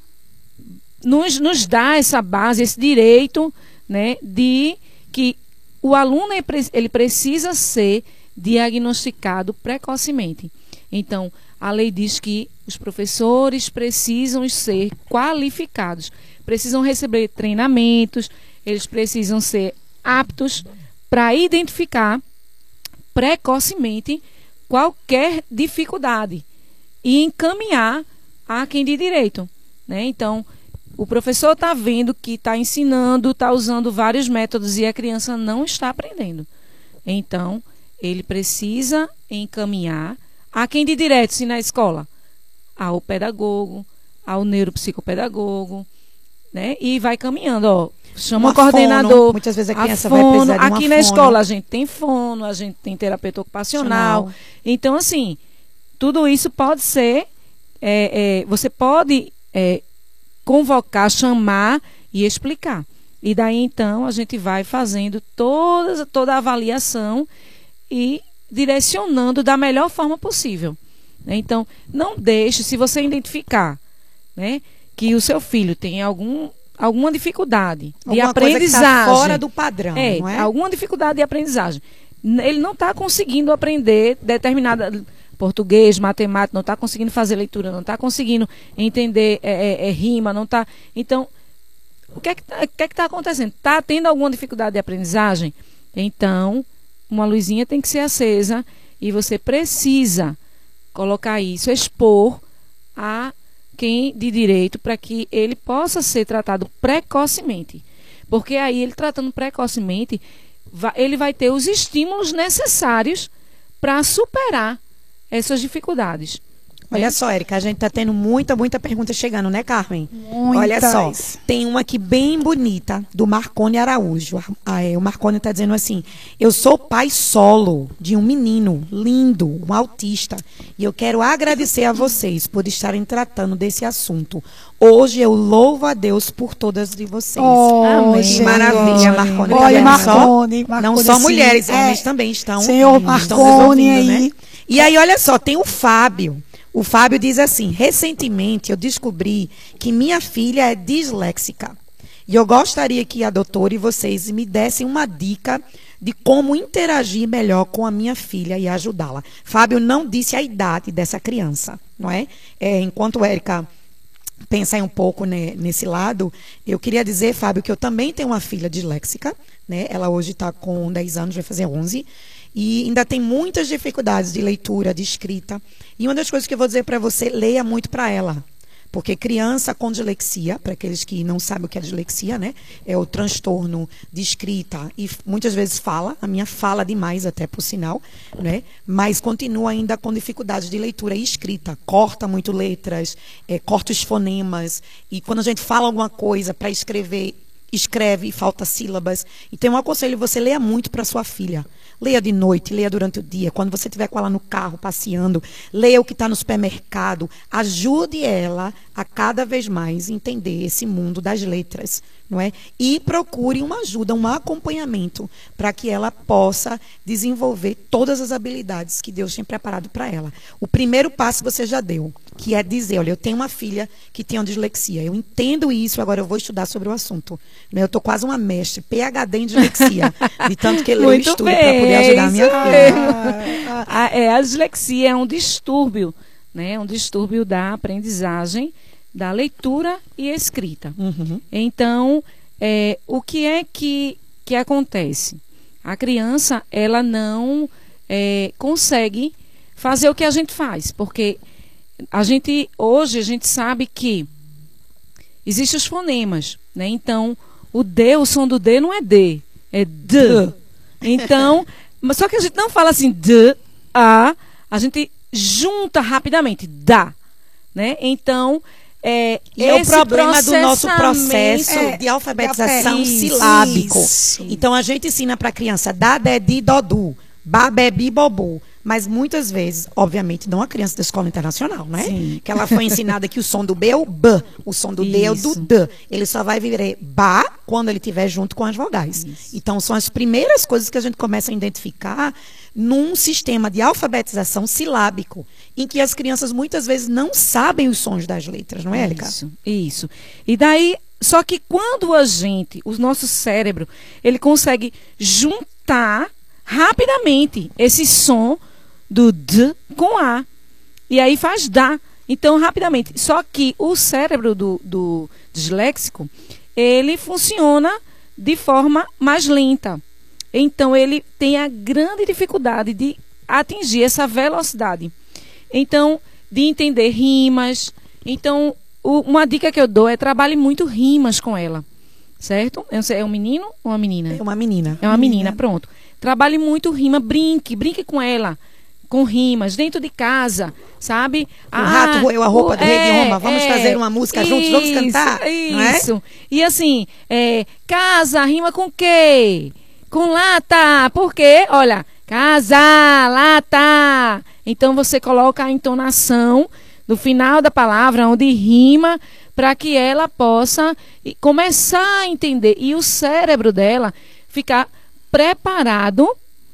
Speaker 3: nos, nos dá essa base, esse direito, né? de que o aluno ele precisa ser diagnosticado precocemente. Então, a lei diz que os professores precisam ser qualificados, precisam receber treinamentos, eles precisam ser aptos para identificar precocemente qualquer dificuldade e encaminhar a quem de direito, né? Então, o professor está vendo que está ensinando, está usando vários métodos e a criança não está aprendendo. Então, ele precisa encaminhar a quem de direito, se na escola, ao pedagogo, ao neuropsicopedagogo, né? E vai caminhando, ó. Chama
Speaker 1: uma
Speaker 3: o coordenador.
Speaker 1: Fono. Muitas vezes a criança
Speaker 3: a fono,
Speaker 1: vai precisar de uma
Speaker 3: aqui na
Speaker 1: fono.
Speaker 3: escola a gente tem fono, a gente tem terapeuta ocupacional.
Speaker 1: Nacional.
Speaker 3: Então, assim, tudo isso pode ser, é, é, você pode é, convocar, chamar e explicar. E daí, então, a gente vai fazendo toda, toda a avaliação e direcionando da melhor forma possível. Né? Então, não deixe, se você identificar, né, que o seu filho tem algum... alguma dificuldade
Speaker 1: alguma
Speaker 3: de aprendizagem.
Speaker 1: Coisa que tá fora do padrão,
Speaker 3: é,
Speaker 1: não é?
Speaker 3: Alguma dificuldade de aprendizagem. Ele não está conseguindo aprender determinada português, matemática, não está conseguindo fazer leitura, não está conseguindo entender é, é, é, rima, não está. Então, o que é que está tá acontecendo? Está tendo alguma dificuldade de aprendizagem? Então, uma luzinha tem que ser acesa e você precisa colocar isso, expor a quem de direito para que ele possa ser tratado precocemente. Porque aí ele tratando precocemente, vai, ele vai ter os estímulos necessários para superar essas dificuldades.
Speaker 1: Olha só, Érica, a gente está tendo muita, muita pergunta chegando, né, Carmen?
Speaker 2: Muitas.
Speaker 1: Olha só, tem uma aqui bem bonita, do Marcone Araújo. Ah, é, o Marcone está dizendo assim: eu sou pai solo de um menino lindo, um autista, e eu quero agradecer a vocês por estarem tratando desse assunto. Hoje eu louvo a Deus por todas de vocês.
Speaker 2: Oh,
Speaker 1: amém.
Speaker 2: gente.
Speaker 1: Maravilha, Marcone.
Speaker 2: Olha,
Speaker 1: Tá
Speaker 2: Marcone,
Speaker 1: só,
Speaker 2: Marcone,
Speaker 1: não só
Speaker 2: sim.
Speaker 1: mulheres,
Speaker 2: É.
Speaker 1: homens também estão,
Speaker 2: Senhor
Speaker 1: estão
Speaker 2: Marcone
Speaker 1: nos ouvindo,
Speaker 2: aí.
Speaker 1: né? E aí, olha só, tem o Fábio. O Fábio diz assim: recentemente eu descobri que minha filha é disléxica. E eu gostaria que a doutora e vocês me dessem uma dica de como interagir melhor com a minha filha e ajudá-la. Fábio não disse a idade dessa criança, não é? É, enquanto Érica pensa aí um pouco, né, nesse lado, eu queria dizer, Fábio, que eu também tenho uma filha disléxica, né? Ela hoje está com dez anos, vai fazer onze. E ainda tem muitas dificuldades de leitura, de escrita. E uma das coisas que eu vou dizer para você, leia muito para ela. Porque criança com dislexia, para aqueles que não sabem o que é dislexia, né? É o transtorno de escrita. E muitas vezes fala, a minha fala demais até por sinal, né? Mas continua ainda com dificuldades de leitura e escrita. Corta muito letras, é, corta os fonemas. E quando a gente fala alguma coisa para escrever, escreve e falta sílabas. Então eu aconselho você leia muito para sua filha. Leia de noite, leia durante o dia, quando você estiver com ela no carro, passeando, leia o que está no supermercado, ajude ela a cada vez mais entender esse mundo das letras, não é? E procure uma ajuda, um acompanhamento, para que ela possa desenvolver todas as habilidades que Deus tem preparado para ela. O primeiro passo você já deu, que é dizer, olha, eu tenho uma filha que tem uma dislexia, eu entendo isso, agora eu vou estudar sobre o assunto. Eu estou quase uma mestre, P H D em dislexia, de tanto que eu estudo para poder ajudar a minha filha.
Speaker 3: A, é, a dislexia é um distúrbio, né? Um distúrbio da aprendizagem, da leitura e escrita.
Speaker 1: Uhum.
Speaker 3: Então, é, o que é que, que acontece? A criança, ela não é, consegue fazer o que a gente faz, porque a gente, hoje, a gente sabe que existem os fonemas, né? Então, o D, o som do D não é D, é D. Então, mas só que a gente não fala assim, D, A, a gente junta rapidamente, dá, né? Então, é,
Speaker 1: E é o
Speaker 3: esse
Speaker 1: problema do nosso processo
Speaker 3: processamento-
Speaker 1: de alfabetização
Speaker 3: Isso,
Speaker 1: silábico.
Speaker 2: isso.
Speaker 1: Então a gente ensina para a criança dá, dedi, dodu, babebi, bobu. Mas muitas vezes, obviamente, não a criança da escola internacional, né?
Speaker 3: Sim.
Speaker 1: Que ela foi ensinada que o som do B é o B, o som do D é o do
Speaker 3: Isso.
Speaker 1: D. Ele só vai virar ba quando ele estiver junto com as vogais. Então são as primeiras coisas que a gente começa a identificar num sistema de alfabetização silábico, em que as crianças muitas vezes não sabem os sons das letras, não é, Élica?
Speaker 3: Isso, isso. E daí, só que quando a gente, o nosso cérebro, ele consegue juntar rapidamente esse som do D com A. E aí faz dá. Então, rapidamente. Só que o cérebro do, do disléxico, ele funciona de forma mais lenta. Então, ele tem a grande dificuldade de atingir essa velocidade. Então, de entender rimas. Então, o, uma dica que eu dou é trabalhe muito rimas com ela. Certo? Eu não sei, é um menino ou uma menina?
Speaker 1: É uma menina.
Speaker 3: É uma menina, pronto. Trabalhe muito rima, brinque, brinque com ela, com rimas, dentro de casa, sabe?
Speaker 1: O rato roeu a roupa do rei de Roma, vamos
Speaker 3: é,
Speaker 1: fazer uma música juntos, vamos cantar, não é?
Speaker 3: Isso. E assim, é, casa rima com quê? Com lata. Por quê? Olha, casa, lata. Então você coloca a entonação no final da palavra, onde rima, para que ela possa começar a entender. E o cérebro dela ficar preparado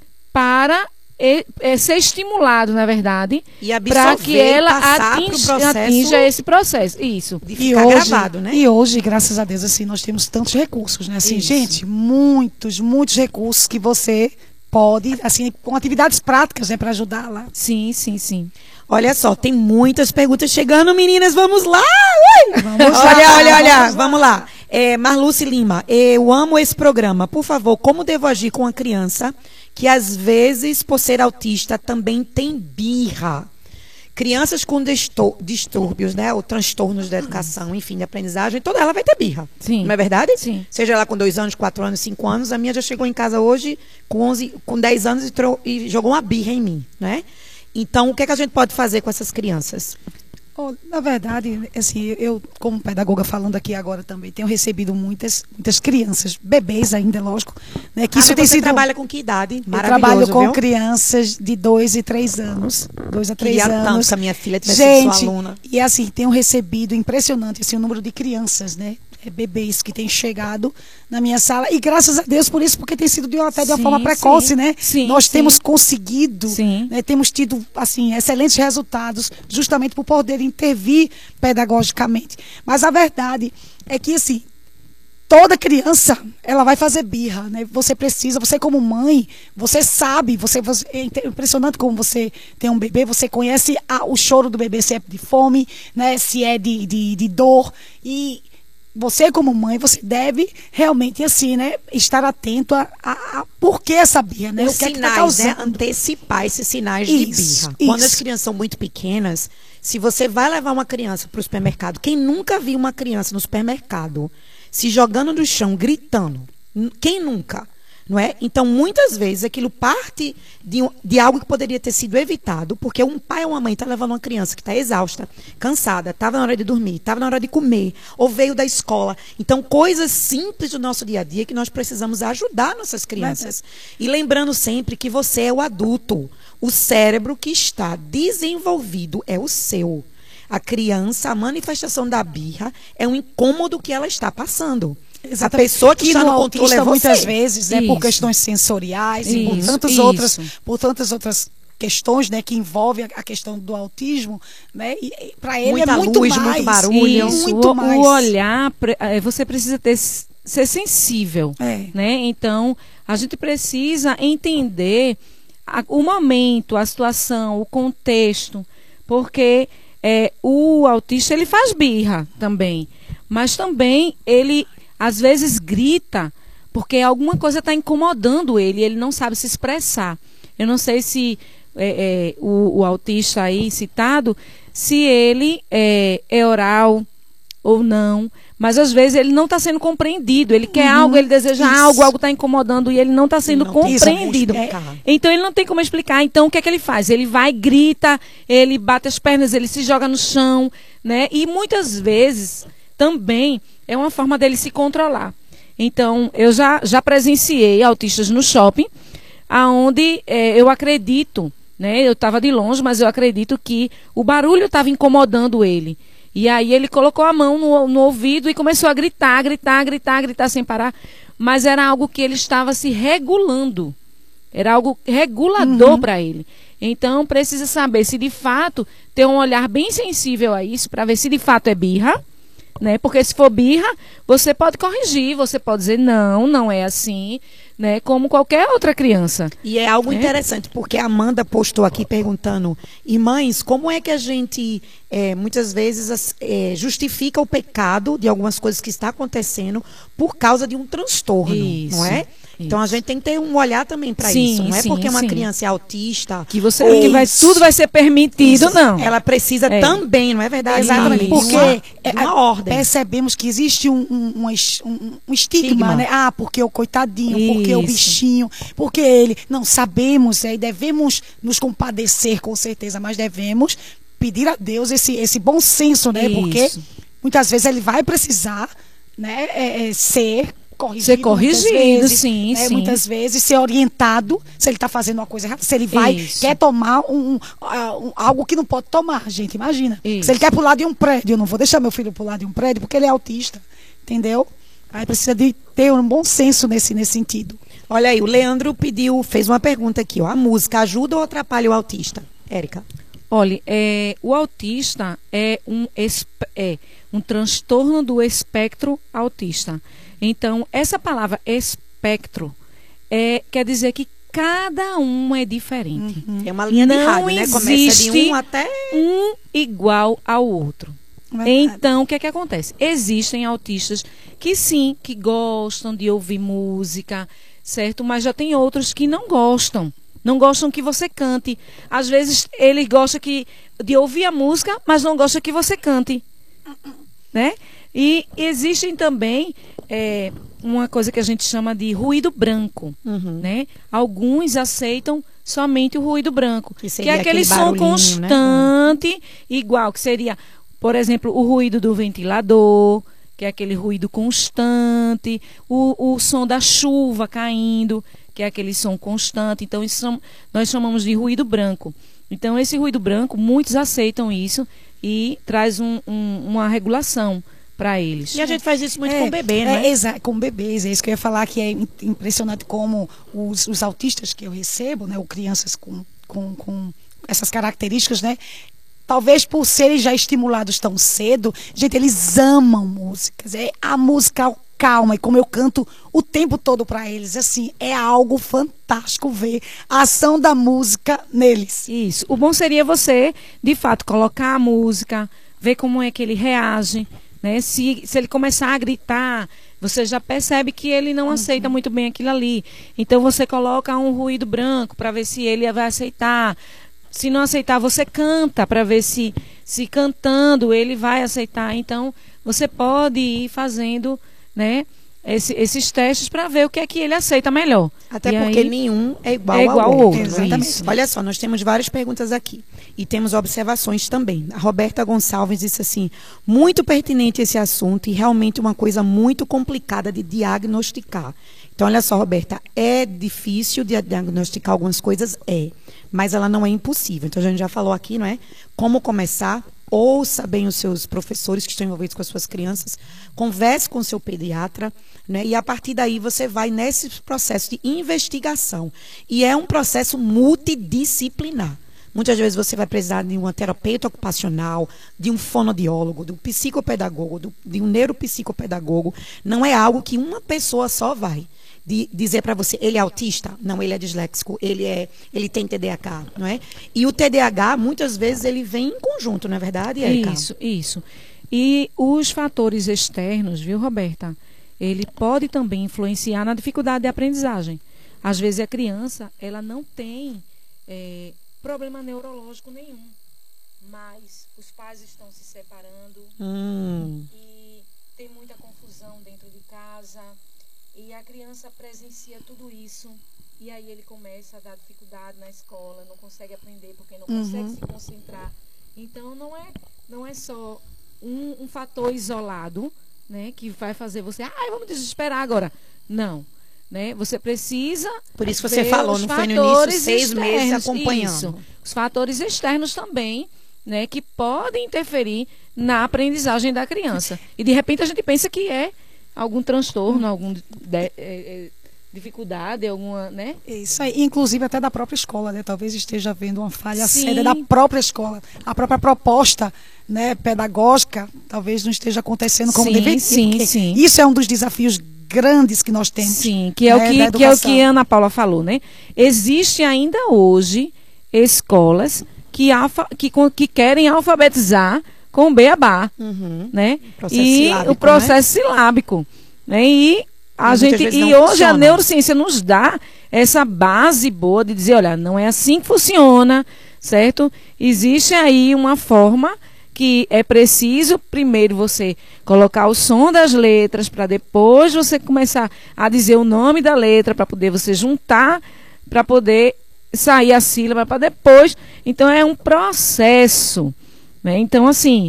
Speaker 3: para e, e ser estimulado, na verdade,
Speaker 1: E
Speaker 3: para que
Speaker 1: absorver,
Speaker 3: ela
Speaker 1: passar pro
Speaker 3: atinja,
Speaker 1: processo
Speaker 3: atinja esse processo. Isso.
Speaker 1: de
Speaker 2: E
Speaker 1: ficar
Speaker 2: hoje,
Speaker 1: gravado, né?
Speaker 2: e hoje, graças a Deus, assim, nós temos tantos recursos, né? Assim,
Speaker 1: Isso.
Speaker 2: gente, muitos, muitos recursos que você pode, assim, com atividades práticas, né, para ajudar lá.
Speaker 3: Sim, sim, sim.
Speaker 1: Olha só, tem muitas perguntas chegando, meninas. Vamos lá! Ui!
Speaker 2: Vamos lá,
Speaker 1: olha, olha, olha.
Speaker 2: vamos
Speaker 1: Vamos lá. É, Marluce Lima, eu amo esse programa. Por favor, como devo agir com uma criança que, às vezes, por ser autista, também tem birra? Crianças com distor- distúrbios, né? Ou transtornos da educação, enfim, de aprendizagem, toda ela vai ter birra.
Speaker 3: Sim.
Speaker 1: Não é verdade?
Speaker 3: Sim.
Speaker 1: Seja ela com dois anos, quatro anos, cinco anos. A minha já chegou em casa hoje com, onze, com dez anos e, tro- e jogou uma birra em mim, né? Então, o que, é que a gente pode fazer com essas crianças?
Speaker 2: Oh, na verdade, assim, eu, como pedagoga falando aqui agora também, tenho recebido muitas, muitas crianças, bebês ainda, lógico, né? Que
Speaker 1: Ah,
Speaker 2: isso tem
Speaker 1: você
Speaker 2: sido.
Speaker 1: trabalha com que idade?
Speaker 2: Eu
Speaker 1: Maravilhoso,
Speaker 2: trabalho com
Speaker 1: viu?
Speaker 2: crianças de dois e três anos. Dois a três
Speaker 1: Queria tanto
Speaker 2: anos.
Speaker 1: que a minha filha tivesse sido
Speaker 2: Gente,
Speaker 1: sua aluna.
Speaker 2: e assim, tenho recebido impressionante assim, o número de crianças, né? É, bebês que têm chegado na minha sala. E graças a Deus por isso, porque tem sido de uma, até de uma
Speaker 3: Sim,
Speaker 2: forma precoce,
Speaker 3: sim.
Speaker 2: né?
Speaker 3: Sim,
Speaker 2: Nós
Speaker 3: sim.
Speaker 2: temos conseguido,
Speaker 3: Sim.
Speaker 2: né, temos tido assim, excelentes resultados, justamente por poder intervir pedagogicamente. Mas a verdade é que, assim, toda criança, ela vai fazer birra, né? Você precisa, você como mãe, você sabe, você, você é impressionante como você tem um bebê, você conhece a, o choro do bebê, se é de fome, né? Se é de, de, de dor. E você como mãe, você deve realmente, assim, né? Estar atento a, a, a por que essa birra, né?
Speaker 1: Os
Speaker 2: o que é que tá
Speaker 1: sinais, né?
Speaker 2: causando.
Speaker 1: Antecipar esses sinais
Speaker 2: Isso,
Speaker 1: de birra.
Speaker 2: isso.
Speaker 1: Quando as crianças são muito pequenas, se você vai levar uma criança para o supermercado, quem nunca viu uma criança no supermercado se jogando no chão, gritando? N- Quem nunca? Não é? Então, muitas vezes, aquilo parte de, um- de algo que poderia ter sido evitado, porque um pai ou uma mãe está levando uma criança que está exausta, cansada, estava na hora de dormir, estava na hora de comer, ou veio da escola. Então, coisas simples do nosso dia a dia que nós precisamos ajudar nossas crianças. E lembrando sempre que você é o adulto. O cérebro que está desenvolvido é o seu. A criança, a manifestação da birra é um incômodo que ela está passando.
Speaker 2: Exatamente.
Speaker 1: A pessoa que
Speaker 2: E
Speaker 1: está
Speaker 2: no
Speaker 1: no controle é
Speaker 2: autista,
Speaker 1: você.
Speaker 2: muitas vezes, né, por
Speaker 3: Isso.
Speaker 2: questões sensoriais e por
Speaker 3: Isso,
Speaker 2: tantas
Speaker 3: isso.
Speaker 2: outras, por tantas outras questões, né, que envolvem a, a questão do autismo, né? E, e para ele
Speaker 1: Muita
Speaker 2: é muito
Speaker 1: luz,
Speaker 2: mais,
Speaker 1: muito barulho.
Speaker 3: Isso,
Speaker 2: muito
Speaker 3: o,
Speaker 2: mais.
Speaker 3: o olhar, pre- eh, você precisa ter, ser sensível,
Speaker 2: É.
Speaker 3: né? Então, a gente precisa entender a- o momento, a situação, o contexto, porque eh, o autista, ele faz birra também, mas também ele, às vezes, grita porque alguma coisa está incomodando ele, ele não sabe se expressar. Eu não sei se é, é, o, o autista aí citado, se ele é, é oral, ou não, mas às vezes ele não está sendo compreendido, ele quer
Speaker 2: Uhum,
Speaker 3: algo, ele deseja
Speaker 2: isso.
Speaker 3: algo, algo está incomodando e ele não está sendo
Speaker 1: Não tem como
Speaker 3: compreendido.
Speaker 1: explicar.
Speaker 3: Então ele não tem como explicar. Então o que é que ele faz? Ele vai, grita, ele bate as pernas, ele se joga no chão, né? E muitas vezes também é uma forma dele se controlar. Então eu já, já presenciei autistas no shopping, aonde é, eu acredito, né? Eu estava de longe, mas eu acredito que o barulho estava incomodando ele. E aí ele colocou a mão no, no ouvido e começou a gritar, gritar, gritar, gritar sem parar. Mas era algo que ele estava se regulando. Era algo regulador
Speaker 2: Uhum.
Speaker 3: para ele. Então precisa saber se de fato ter um olhar bem sensível a isso, para ver se de fato é birra. Né? Porque se for birra, você pode corrigir, você pode dizer não, não é assim, né? Como qualquer outra criança.
Speaker 1: E é algo
Speaker 3: É.
Speaker 1: interessante, porque a Amanda postou aqui perguntando, e mães, como é que a gente, é, muitas vezes, as- é, justifica o pecado de algumas coisas que está acontecendo por causa de um transtorno,
Speaker 3: Isso,
Speaker 1: não é? Então a gente tem que ter um olhar também para
Speaker 3: Sim,
Speaker 1: isso. Não é
Speaker 3: sim,
Speaker 1: porque uma
Speaker 3: sim.
Speaker 1: criança é autista.
Speaker 3: Que você
Speaker 1: ou
Speaker 3: que vai,
Speaker 1: isso,
Speaker 3: tudo vai ser permitido,
Speaker 1: isso,
Speaker 3: não.
Speaker 1: Ela precisa
Speaker 3: É.
Speaker 1: também, não é verdade?
Speaker 2: Exatamente,
Speaker 1: De
Speaker 2: porque
Speaker 1: uma, de
Speaker 2: é,
Speaker 1: uma
Speaker 2: a-
Speaker 1: ordem.
Speaker 2: percebemos que existe um, um, um es- um- um estigma,
Speaker 1: Estigma.
Speaker 2: né? Ah, porque o coitadinho, porque o
Speaker 3: Isso.
Speaker 2: bichinho, porque ele. Não, sabemos, é, e devemos nos compadecer com certeza, mas devemos pedir a Deus esse, esse bom senso, né? Porque
Speaker 3: Isso.
Speaker 2: muitas vezes ele vai precisar, né, é, é, ser corrigido.
Speaker 3: Ser corrigido,
Speaker 2: muitas vezes,
Speaker 3: sim,
Speaker 2: né,
Speaker 3: sim.
Speaker 2: Muitas vezes ser orientado se ele está fazendo uma coisa errada, se ele vai,
Speaker 3: Isso.
Speaker 2: quer tomar um, um, ah, um- algo que não pode tomar, gente, imagina.
Speaker 3: Isso.
Speaker 2: Se ele quer pular de um prédio, eu não vou deixar meu filho pular de um prédio porque ele é autista, entendeu? Aí precisa de ter um bom senso nesse, nesse sentido.
Speaker 1: Olha aí, o Leandro pediu, fez uma pergunta aqui, ó. A música ajuda ou atrapalha o autista? Érica.
Speaker 3: Olha, é, o autista é um, esp- é um transtorno do espectro autista. Então, essa palavra espectro é, quer dizer que cada um é diferente.
Speaker 1: É uma linha de
Speaker 3: Não
Speaker 1: rádio, né? Começa
Speaker 3: existe
Speaker 1: de um até...
Speaker 3: um igual ao outro.
Speaker 2: Verdade.
Speaker 3: Então, o que é que acontece? Existem autistas que sim, que gostam de ouvir música, certo? Mas já tem outros que não gostam. Não gostam que você cante. Às vezes, ele gosta que, de ouvir a música, mas não gosta que você cante. Né? E existem também é, uma coisa que a gente chama de ruído branco.
Speaker 1: Uhum.
Speaker 3: Né? Alguns aceitam somente o ruído branco,
Speaker 1: Que
Speaker 3: que,
Speaker 1: seria
Speaker 3: é aquele,
Speaker 1: aquele
Speaker 3: som
Speaker 1: barulhinho, né?
Speaker 3: constante, igual que seria, por exemplo, o ruído do ventilador, que é aquele ruído constante, o, o som da chuva caindo, que é aquele som constante. Então, isso são- nós chamamos de ruído branco. Então, esse ruído branco, muitos aceitam isso e traz um- um- uma regulação para eles.
Speaker 1: E a gente faz isso muito com o bebê,
Speaker 2: é,
Speaker 1: né?
Speaker 2: Exato, com bebês. É isso que eu ia falar, que é im- impressionante como os, os autistas que eu recebo, né, ou crianças com, com, com essas características, né, talvez por serem já estimulados tão cedo, gente, eles amam músicas. É a música calma, e como eu canto o tempo todo para eles, assim, é algo fantástico ver a ação da música neles.
Speaker 3: Isso. O bom seria você, de fato, colocar a música, ver como é que ele reage, né? Se, se ele começar a gritar, você já percebe que ele não aceita muito bem aquilo ali. Então você coloca um ruído branco para ver se ele vai aceitar. Se não aceitar, você canta para ver se, se cantando ele vai aceitar. Então você pode ir fazendo, né, esse- esses testes para ver o que é que ele aceita melhor.
Speaker 1: Até
Speaker 3: E
Speaker 1: porque
Speaker 3: aí-
Speaker 1: nenhum é igual,
Speaker 3: é igual
Speaker 1: ao
Speaker 3: ao
Speaker 1: outro.
Speaker 3: outro,
Speaker 1: Exatamente.
Speaker 3: isso.
Speaker 1: Olha só, nós temos várias perguntas aqui. E temos observações também. A Roberta Gonçalves disse assim, muito pertinente esse assunto e realmente uma coisa muito complicada de diagnosticar. Então, olha só, Roberta, é difícil de diagnosticar algumas coisas? É. Mas ela não é impossível. Então, a gente já falou aqui, não é? Como começar? Ouça bem os seus professores que estão envolvidos com as suas crianças, converse com o seu pediatra, né? E a partir daí você vai nesse processo de investigação. E é um processo multidisciplinar. Muitas vezes você vai precisar de uma terapeuta ocupacional, de um fonoaudiólogo, de um psicopedagogo, do- de um neuropsicopedagogo. Não é algo que uma pessoa só vai de dizer para você, ele é autista? Não, ele é disléxico, ele é, ele tem T D A H, não é? E o T D A H, muitas vezes, ele vem em conjunto, não é verdade, Érica?
Speaker 3: Isso, isso. E os fatores externos, viu, Roberta? Ele pode também influenciar na dificuldade de aprendizagem. Às vezes a criança, ela não tem eh, problema neurológico nenhum, mas os pais estão se separando
Speaker 1: Hum,
Speaker 3: e tem muita confusão dentro de casa e a criança presencia tudo isso e aí ele começa a dar dificuldade na escola, não consegue aprender porque não
Speaker 2: Uhum.
Speaker 3: consegue se concentrar. Então não é, não é só um, um fator isolado, né, que vai fazer você, ah, vamos desesperar agora. Não. Né? Você precisa.
Speaker 1: Por isso que você
Speaker 3: ver
Speaker 1: falou,
Speaker 3: os
Speaker 1: não foi no
Speaker 3: fatores
Speaker 1: início, seis meses
Speaker 3: externos,
Speaker 1: acompanhando.
Speaker 3: isso. Os fatores externos também, né, que podem interferir na aprendizagem da criança. E de repente a gente pensa que é algum transtorno, alguma dificuldade, alguma, né?
Speaker 2: Isso aí, inclusive até da própria escola, né? Talvez esteja havendo uma falha
Speaker 3: Sim.
Speaker 2: séria da própria escola. A própria proposta, né, pedagógica talvez não esteja acontecendo como
Speaker 3: Sim,
Speaker 2: deveria.
Speaker 3: sim,
Speaker 2: porque
Speaker 3: sim.
Speaker 2: Isso é um dos desafios grandes que nós temos.
Speaker 3: Sim, que é,
Speaker 2: né,
Speaker 3: o que,
Speaker 2: da
Speaker 3: que é o
Speaker 2: educação.
Speaker 3: que a Ana Paula falou, né? Existe ainda hoje escolas que, alfa, que, con- que querem alfabetizar com o beabá,
Speaker 1: Uhum.
Speaker 3: né?
Speaker 1: Processo
Speaker 3: e
Speaker 1: silábico,
Speaker 3: o processo silábico, né? E a
Speaker 1: muitas
Speaker 3: gente
Speaker 1: vezes
Speaker 3: e
Speaker 1: não
Speaker 3: hoje a
Speaker 1: funciona.
Speaker 3: neurociência nos dá essa base boa de dizer, olha, não é assim que funciona, certo? Existe aí uma forma que é preciso primeiro você colocar o som das letras para depois você começar a dizer o nome da letra para poder você juntar para poder sair a sílaba para depois. Então é um processo, né? Então assim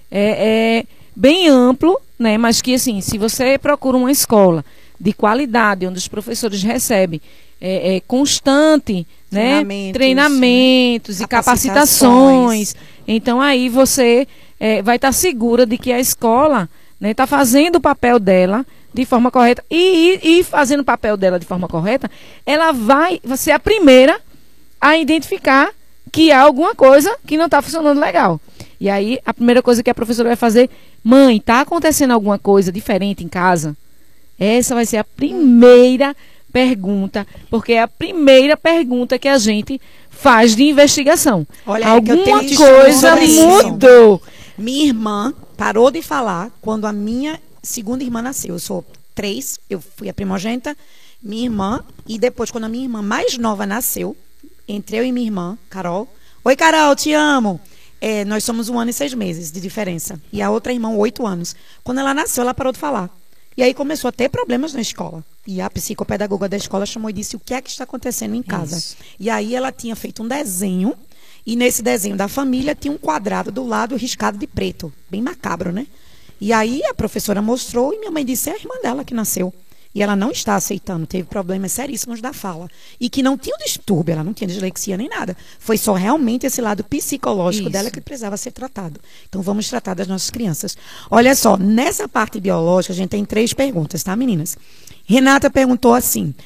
Speaker 3: é, é bem amplo, né? Mas que assim, se você procura uma escola de qualidade onde os professores recebem é, é, constante, né?
Speaker 1: Treinamentos,
Speaker 3: Treinamentos
Speaker 1: né?
Speaker 3: e capacitações.
Speaker 1: Capacitações.
Speaker 3: Então aí você é, vai estar segura de que a escola está fazendo o papel dela de forma correta e, e, e fazendo o papel dela de forma correta, ela vai, vai ser a primeira a identificar que há alguma coisa que não está funcionando legal. E aí a primeira coisa que a professora vai fazer, mãe, está acontecendo alguma coisa diferente em casa? Essa vai ser a primeira pergunta, porque é a primeira pergunta que a gente faz de investigação.
Speaker 1: Olha, é que eu tenho
Speaker 3: alguma
Speaker 1: testemunho
Speaker 3: coisa
Speaker 1: sobre isso.
Speaker 3: mudou.
Speaker 1: Minha irmã parou de falar quando a minha segunda irmã nasceu. Eu sou três, eu fui a primogênita, minha irmã, e depois, quando a minha irmã mais nova nasceu, entre eu e minha irmã, Carol. Oi, Carol, te amo. É, nós somos um ano e seis meses de diferença. E a outra irmã, oito anos. Quando ela nasceu, ela parou de falar. E aí começou a ter problemas na escola. E a psicopedagoga da escola chamou e disse, o que é que está acontecendo em casa?
Speaker 3: Isso.
Speaker 1: E aí ela tinha feito um desenho, e nesse desenho da família tinha um quadrado do lado riscado de preto. Bem macabro, né? E aí a professora mostrou e minha mãe disse, é a irmã dela que nasceu. E ela não está aceitando, teve problemas seríssimos da fala. E que não tinha um distúrbio, ela não tinha dislexia nem nada. Foi só realmente esse lado psicológico
Speaker 3: Isso.
Speaker 1: dela que precisava ser tratado. Então vamos tratar das nossas crianças. Olha só, nessa parte biológica a gente tem três perguntas, tá, meninas? Renata perguntou assim,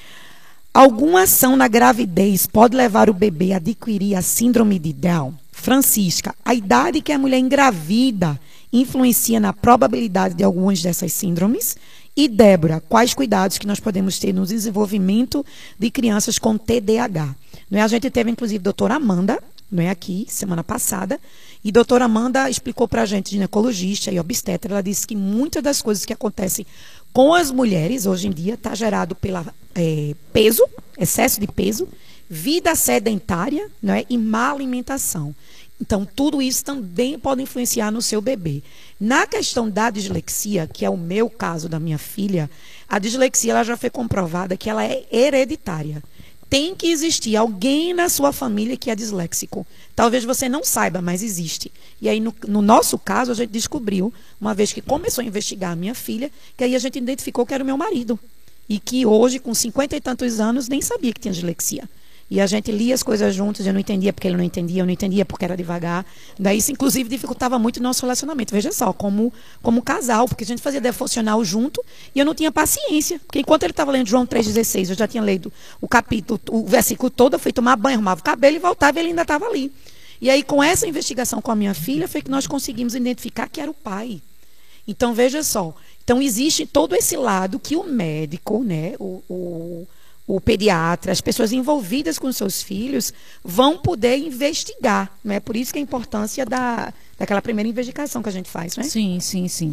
Speaker 1: alguma ação na gravidez pode levar o bebê a adquirir a síndrome de Down? Francisca, a idade que a mulher engravida influencia na probabilidade de algumas dessas síndromes? E Débora, quais cuidados que nós podemos ter no desenvolvimento de crianças com T D A H? Não é? A gente teve, inclusive, a doutora Amanda, não é, aqui, semana passada, e a doutora Amanda explicou para a gente, ginecologista e obstetra, ela disse que muitas das coisas que acontecem com as mulheres, hoje em dia, está gerado pelo é, peso, excesso de peso, vida sedentária, não é, e má alimentação. Então, tudo isso também pode influenciar no seu bebê. Na questão da dislexia, que é o meu caso da minha filha, a dislexia ela já foi comprovada que ela é hereditária. Tem que existir alguém na sua família que é disléxico. Talvez você não saiba, mas existe. E aí, no, no nosso caso, a gente descobriu, uma vez que começou a investigar a minha filha, que aí a gente identificou que era o meu marido. E que hoje, com cinquenta e tantos anos, nem sabia que tinha dislexia. E a gente lia as coisas juntos, eu não entendia porque ele não entendia, eu não entendia porque era devagar. Daí isso, inclusive, dificultava muito o nosso relacionamento. Veja só, como, como casal, porque a gente fazia devocional junto e eu não tinha paciência. Porque enquanto ele estava lendo João três dezesseis, eu já tinha lido o capítulo, o versículo todo, eu fui tomar banho, arrumava o cabelo e voltava e ele ainda estava ali. E aí, com essa investigação com a minha filha, foi que nós conseguimos identificar que era o pai. Então, veja só. Então, existe todo esse lado que o médico, né, o... o o pediatra, as pessoas envolvidas com seus filhos vão poder investigar, não é? Por isso que a importância da, daquela primeira investigação que a gente faz, não é?
Speaker 3: Sim, sim, sim.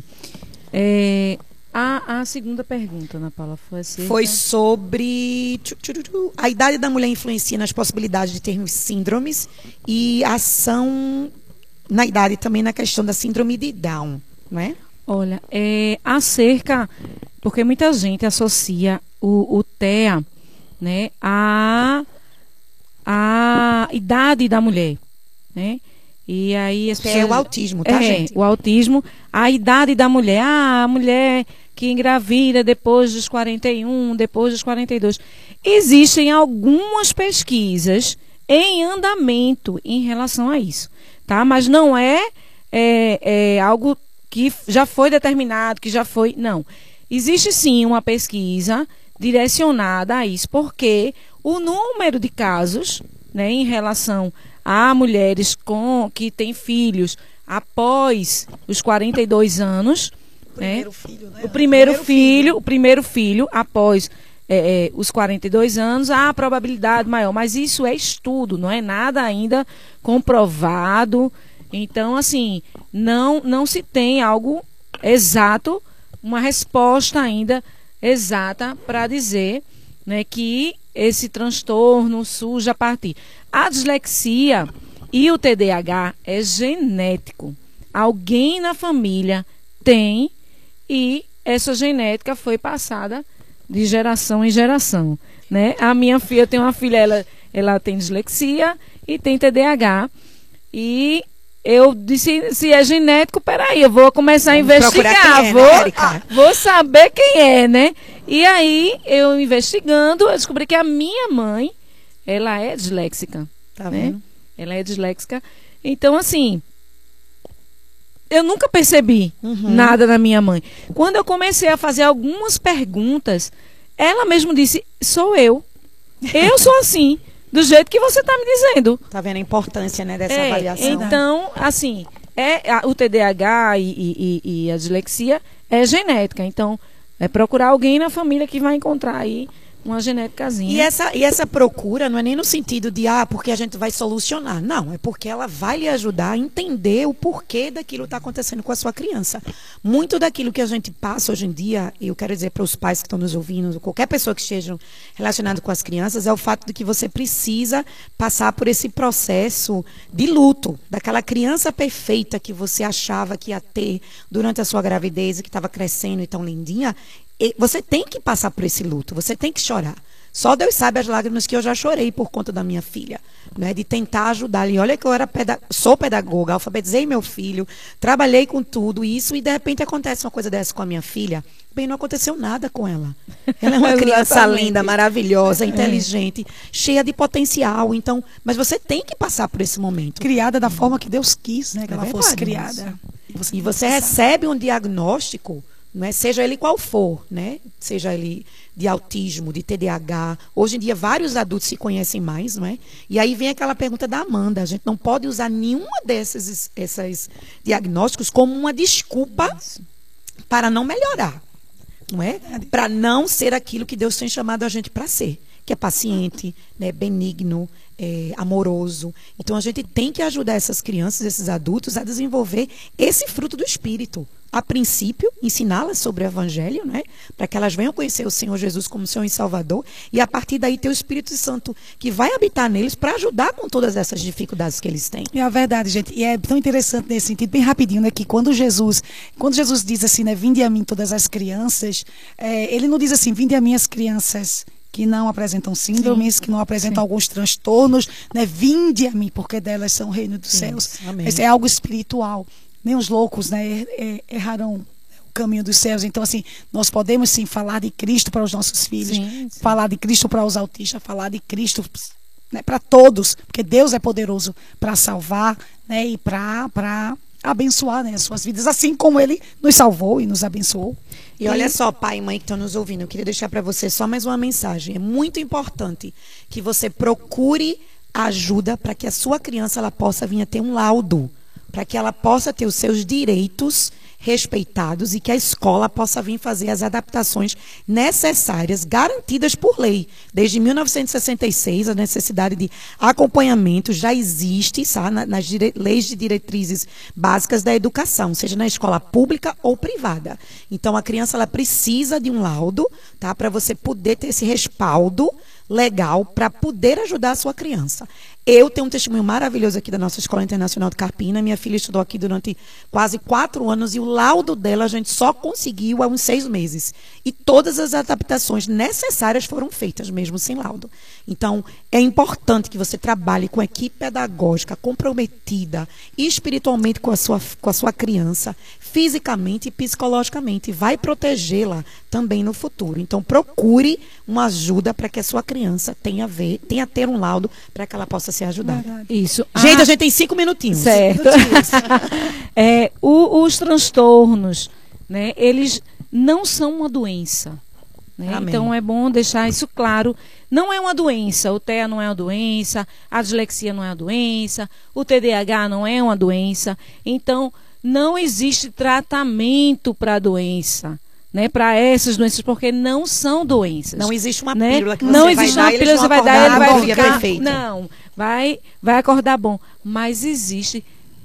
Speaker 3: É, a, a segunda pergunta, Ana Paula, foi assim.
Speaker 1: Foi sobre a idade da mulher influencia nas possibilidades de termos síndromes e ação na idade também na questão da síndrome de Down, não é?
Speaker 3: Olha, é acerca, porque muita gente associa o, o T E A, né, a, a idade da mulher, né? E aí as pessoas,
Speaker 1: é o autismo, tá,
Speaker 3: é,
Speaker 1: gente?
Speaker 3: O autismo, a idade da mulher. Ah, a mulher que engravida depois dos quarenta e um, depois dos quarenta e dois. Existem algumas pesquisas em andamento em relação a isso, tá? Mas não é, é, é algo que já foi determinado, que já foi... Não. Existe sim uma pesquisa direcionada a isso, porque o número de casos, né, em relação a mulheres com, que têm filhos após os quarenta e dois anos,
Speaker 2: O primeiro
Speaker 3: né,
Speaker 2: filho, né?
Speaker 3: o primeiro,
Speaker 2: primeiro
Speaker 3: filho,
Speaker 2: filho.
Speaker 3: o primeiro filho após é, é, os quarenta e dois anos, há a probabilidade maior, mas isso é estudo, não é nada ainda comprovado. Então, assim, não, não se tem algo exato, uma resposta ainda exata para dizer, né, que esse transtorno surge a partir. A dislexia e o T D A H é genético. Alguém na família tem e essa genética foi passada de geração em geração, né? A minha filha, tem uma filha, ela, ela tem dislexia e tem T D A H. E eu disse, se é genético, peraí, eu vou começar a
Speaker 1: Vamos
Speaker 3: investigar,
Speaker 1: procurar quem é,
Speaker 3: vou,
Speaker 1: né, Érica?
Speaker 3: vou saber quem é, né? E aí, eu investigando, eu descobri que a minha mãe, ela é disléxica,
Speaker 1: Tá
Speaker 3: né?
Speaker 1: vendo?
Speaker 3: Ela é disléxica. Então, assim, eu nunca percebi
Speaker 1: Uhum.
Speaker 3: nada na minha mãe. Quando eu comecei a fazer algumas perguntas, ela mesmo disse, sou eu. Eu sou assim, do jeito que você está me dizendo.
Speaker 1: Tá vendo a importância, né, dessa
Speaker 3: É,
Speaker 1: avaliação?
Speaker 3: então, assim, é, a- o T D A H e, e- e- e a dislexia é genética. Então, é procurar alguém na família que vai encontrar aí uma genéticazinha.
Speaker 1: E essa, e essa procura não é nem no sentido de, ah, porque a gente vai solucionar. Não, é porque ela vai lhe ajudar a entender o porquê daquilo está acontecendo com a sua criança. Muito daquilo que a gente passa hoje em dia, e eu quero dizer para os pais que estão nos ouvindo, qualquer pessoa que esteja relacionada com as crianças, é o fato de que você precisa passar por esse processo de luto, daquela criança perfeita que você achava que ia ter durante a sua gravidez, e que estava crescendo e tão lindinha. E você tem que passar por esse luto, você tem que chorar. Só Deus sabe as lágrimas que eu já chorei por conta da minha filha, né? De tentar ajudar. E olha que eu era peda sou pedagoga, alfabetizei meu filho, trabalhei com tudo isso, e de repente acontece uma coisa dessa com a minha filha. Bem, não aconteceu nada com ela. Ela é uma criança
Speaker 3: Exatamente.
Speaker 1: linda, maravilhosa, inteligente, cheia de potencial. Então, mas você tem que passar por esse momento.
Speaker 2: Criada da forma que Deus quis, né? Que
Speaker 1: É
Speaker 2: ela
Speaker 1: verdade,
Speaker 2: fosse criada.
Speaker 1: E você recebe um diagnóstico, né, seja ele qual for, né, seja ele de autismo, de T D A H. Hoje em dia, vários adultos se conhecem mais, não é? E aí vem aquela pergunta da Amanda. A gente não pode usar nenhuma desses esses diagnósticos como uma desculpa para não melhorar, não é? Para não ser aquilo que Deus tem chamado a gente para ser, que é paciente, né, benigno, é, amoroso. Então a gente tem que ajudar essas crianças, esses adultos a desenvolver esse fruto do Espírito. A princípio, ensiná-las sobre o Evangelho, né, para que elas venham conhecer o Senhor Jesus como Senhor e Salvador, e a partir daí ter o Espírito Santo que vai habitar neles para ajudar com todas essas dificuldades que eles têm.
Speaker 2: É a verdade, gente. E é tão interessante nesse sentido, bem rapidinho, né? Que quando Jesus, quando Jesus diz assim, né? Vinde a mim todas as crianças, é, ele não diz assim, vinde a mim as crianças que não apresentam síndromes,
Speaker 3: Sim.
Speaker 2: que não apresentam
Speaker 3: Sim.
Speaker 2: alguns transtornos, né? Vinde a mim, porque delas são o reino dos
Speaker 1: Sim.
Speaker 2: céus.
Speaker 1: Amém.
Speaker 2: Isso é algo espiritual. Nem os loucos, né? er- er- errarão o caminho dos céus. Então, assim, nós podemos sim falar de Cristo para os nossos filhos,
Speaker 3: Sim, sim.
Speaker 2: falar de Cristo para os autistas, falar de Cristo, né, para todos, porque Deus é poderoso para salvar, né, e para para abençoar, né, as suas vidas, assim como Ele nos salvou e nos abençoou.
Speaker 1: E olha só, pai e mãe que estão nos ouvindo, eu queria deixar para você só mais uma mensagem. É muito importante que você procure ajuda para que a sua criança ela possa vir a ter um laudo, para que ela possa ter os seus direitos respeitados e que a escola possa vir fazer as adaptações necessárias, garantidas por lei. Desde mil novecentos e sessenta e seis, a necessidade de acompanhamento já existe, sabe, nas dire... leis de diretrizes básicas da educação, seja na escola pública ou privada. Então, a criança ela precisa de um laudo, tá, para você poder ter esse respaldo legal para poder ajudar a sua criança. Eu tenho um testemunho maravilhoso aqui da nossa Escola Internacional de Carpina. Minha filha estudou aqui durante quase quatro anos e o laudo dela a gente só conseguiu há uns seis meses. E todas as adaptações necessárias foram feitas mesmo sem laudo. Então, é importante que você trabalhe com a equipe pedagógica comprometida espiritualmente com a sua, com a sua criança, fisicamente e psicologicamente. Vai protegê-la também no futuro. Então, procure uma ajuda para que a sua criança tenha a ver, tenha a ter um laudo para que ela possa ser ajudada.
Speaker 2: Verdade.
Speaker 3: Isso.
Speaker 1: Gente,
Speaker 3: Ah,
Speaker 1: a gente tem cinco minutinhos.
Speaker 3: certo. É, o- os transtornos, né, eles não são uma doença. Né?
Speaker 1: Amém.
Speaker 3: Então é bom deixar isso claro. Não é uma doença. O T E A não é uma doença, a dislexia não é uma doença, o T D A H não é uma doença. Então não existe tratamento para a doença. Né, para essas doenças, porque não são doenças.
Speaker 1: Não existe uma
Speaker 3: né?
Speaker 1: pílula que você
Speaker 3: não
Speaker 1: vai
Speaker 3: existe
Speaker 1: dar
Speaker 3: uma
Speaker 1: e eles
Speaker 3: pílula que você
Speaker 1: vão
Speaker 3: vai dar e ele
Speaker 1: acordar,
Speaker 3: vai
Speaker 1: bom, dia
Speaker 3: ficar.
Speaker 1: perfeito.
Speaker 3: Não, vai, vai acordar bom. Mas existe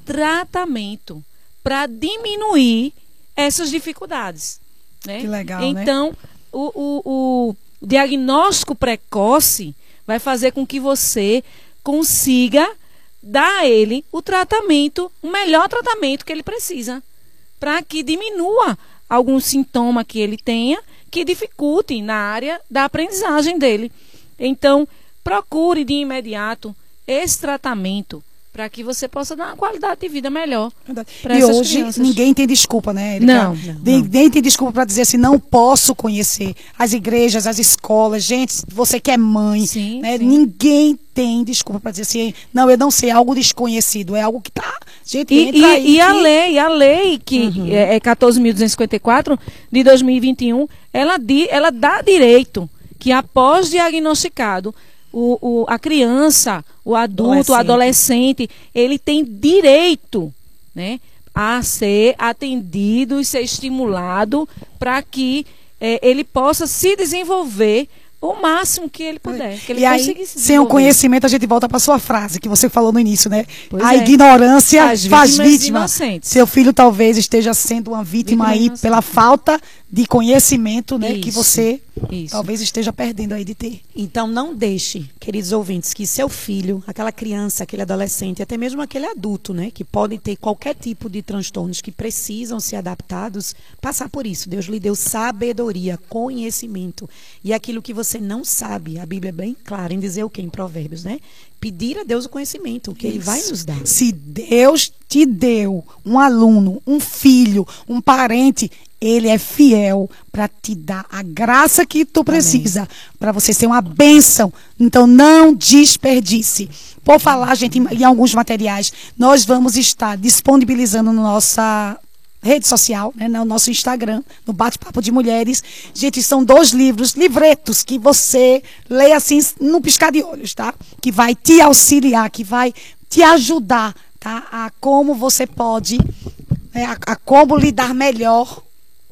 Speaker 3: tratamento para diminuir essas dificuldades. Né?
Speaker 2: Que legal, né?
Speaker 3: Então, o, o, o diagnóstico precoce vai fazer com que você consiga dar a ele o tratamento, o melhor tratamento que ele precisa, para que diminua algum sintoma que ele tenha que dificulte na área da aprendizagem dele. Então, procure de imediato esse tratamento para que você possa dar uma qualidade de vida melhor para
Speaker 2: E
Speaker 3: essas
Speaker 2: hoje
Speaker 3: crianças.
Speaker 2: ninguém tem desculpa, né, Erika?
Speaker 3: Não,
Speaker 1: não,
Speaker 2: Ninguém tem desculpa para dizer assim, não posso conhecer as igrejas, as escolas. Gente, você que é mãe,
Speaker 3: Sim,
Speaker 2: né?
Speaker 3: sim.
Speaker 2: Ninguém tem desculpa para dizer assim, não, eu não sei, é algo desconhecido, é algo que tá... Gente,
Speaker 3: E,
Speaker 2: entra
Speaker 3: e-
Speaker 2: aí
Speaker 3: e a
Speaker 2: que-
Speaker 3: lei, a lei que é, é quatorze mil duzentos e cinquenta e quatro de dois mil e vinte e um, ela, di, ela dá direito que após diagnosticado o, o, a criança, o adulto, o adolescente, ele tem direito, né, a ser atendido e ser estimulado para que eh, ele possa se desenvolver o máximo que ele puder. Que ele
Speaker 2: E aí,
Speaker 3: consiga se
Speaker 2: sem o
Speaker 3: desenvolver.
Speaker 2: conhecimento, a gente volta para sua frase que você falou no início, né?
Speaker 3: Pois
Speaker 2: a
Speaker 3: é.
Speaker 2: ignorância
Speaker 3: Faz
Speaker 2: faz
Speaker 3: vítimas
Speaker 2: vítima.
Speaker 3: inocentes.
Speaker 2: Seu filho talvez esteja sendo uma vítima
Speaker 3: Vítima
Speaker 2: aí
Speaker 3: inocente.
Speaker 2: pela falta de conhecimento, né? Que
Speaker 3: Isso.
Speaker 2: você
Speaker 3: Isso.
Speaker 2: talvez esteja perdendo aí de ter.
Speaker 1: Então, não deixe, queridos ouvintes, que seu filho, aquela criança, aquele adolescente, até mesmo aquele adulto, né, que podem ter qualquer tipo de transtornos que precisam ser adaptados, passar por isso. Deus lhe deu sabedoria, conhecimento. E aquilo que você não sabe, a Bíblia é bem clara em dizer o que em Provérbios, né? Pedir a Deus o conhecimento, o que Ele vai nos dar.
Speaker 2: Se Deus te deu um aluno, um filho, um parente, Ele é fiel para te dar a graça que tu precisa, para você ser uma bênção. Então, não desperdice. Por falar, gente, em, em alguns materiais, nós vamos estar disponibilizando na nossa rede social, né, no nosso Instagram, no Bate-Papo de Mulheres. Gente, são dois livros, livretos, que você lê assim, no piscar de olhos, tá? Que vai te auxiliar, que vai te ajudar, tá? A como você pode, né, a, a como lidar melhor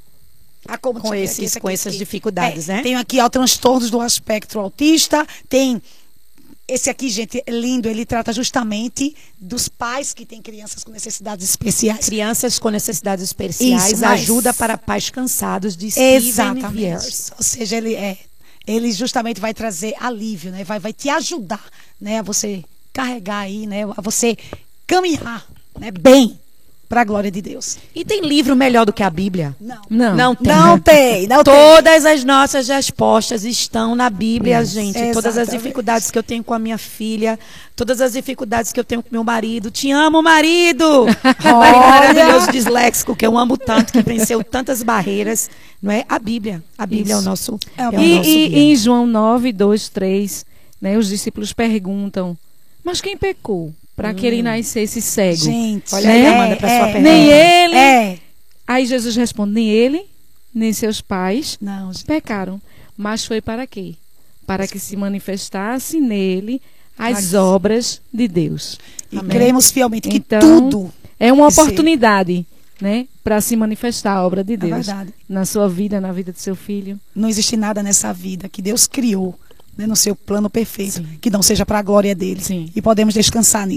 Speaker 2: a como
Speaker 1: Com
Speaker 2: deixa eu ver
Speaker 1: esses-
Speaker 2: aqui, esse aqui,
Speaker 1: com
Speaker 2: esse
Speaker 1: essas
Speaker 2: aqui.
Speaker 1: dificuldades,
Speaker 2: É,
Speaker 1: né?
Speaker 2: Tem aqui, ó, transtornos do espectro autista, tem esse aqui, gente, é lindo, ele trata justamente dos pais que têm crianças com necessidades especiais.
Speaker 1: Crianças com necessidades especiais,
Speaker 2: Isso, mas-
Speaker 1: ajuda para pais cansados de Steven
Speaker 2: Exatamente.
Speaker 1: Viers.
Speaker 2: Ou seja, ele é, ele justamente vai trazer alívio, né? Vai, vai te ajudar, né? A você carregar aí, né? A você caminhar, né? Bem para a glória de Deus.
Speaker 1: E tem livro melhor do que a Bíblia?
Speaker 2: Não.
Speaker 3: Não.
Speaker 1: Não tem.
Speaker 2: Não tem, não tem.
Speaker 1: Todas as nossas respostas estão na Bíblia,
Speaker 3: Isso.
Speaker 1: gente. Todas as
Speaker 2: Exatamente.
Speaker 1: dificuldades que eu tenho com a minha filha, todas as dificuldades que eu tenho com meu marido. Te amo, marido! Marido maravilhoso disléxico, que eu amo tanto, que venceu tantas barreiras. Não é? A Bíblia. A Bíblia é o
Speaker 3: Isso.
Speaker 1: nosso,
Speaker 2: É
Speaker 1: é
Speaker 2: a
Speaker 1: o
Speaker 3: E,
Speaker 1: nosso
Speaker 3: e
Speaker 1: guia.
Speaker 3: em João nove, dois, três, né, os discípulos perguntam, mas quem pecou para que ele nascesse cego?
Speaker 2: Gente,
Speaker 1: Olha aí, Amanda, pra sua pergunta.
Speaker 3: Nem ele.
Speaker 2: É.
Speaker 3: Aí Jesus responde, nem ele, nem seus pais
Speaker 2: Não, gente.
Speaker 3: pecaram. Mas foi para quê? Para que se manifestasse nele as
Speaker 2: As-
Speaker 3: obras de Deus.
Speaker 2: E
Speaker 1: Amém.
Speaker 2: cremos fielmente que
Speaker 3: Então,
Speaker 2: tudo
Speaker 3: É uma
Speaker 2: Esse-
Speaker 3: oportunidade, né, para se manifestar a obra de
Speaker 2: é
Speaker 3: Deus
Speaker 2: verdade.
Speaker 3: na sua vida, na vida do seu filho.
Speaker 2: Não existe nada nessa vida que Deus criou, né, no seu plano perfeito, que não seja para a glória dele.
Speaker 3: Sim.
Speaker 2: E podemos descansar nisso.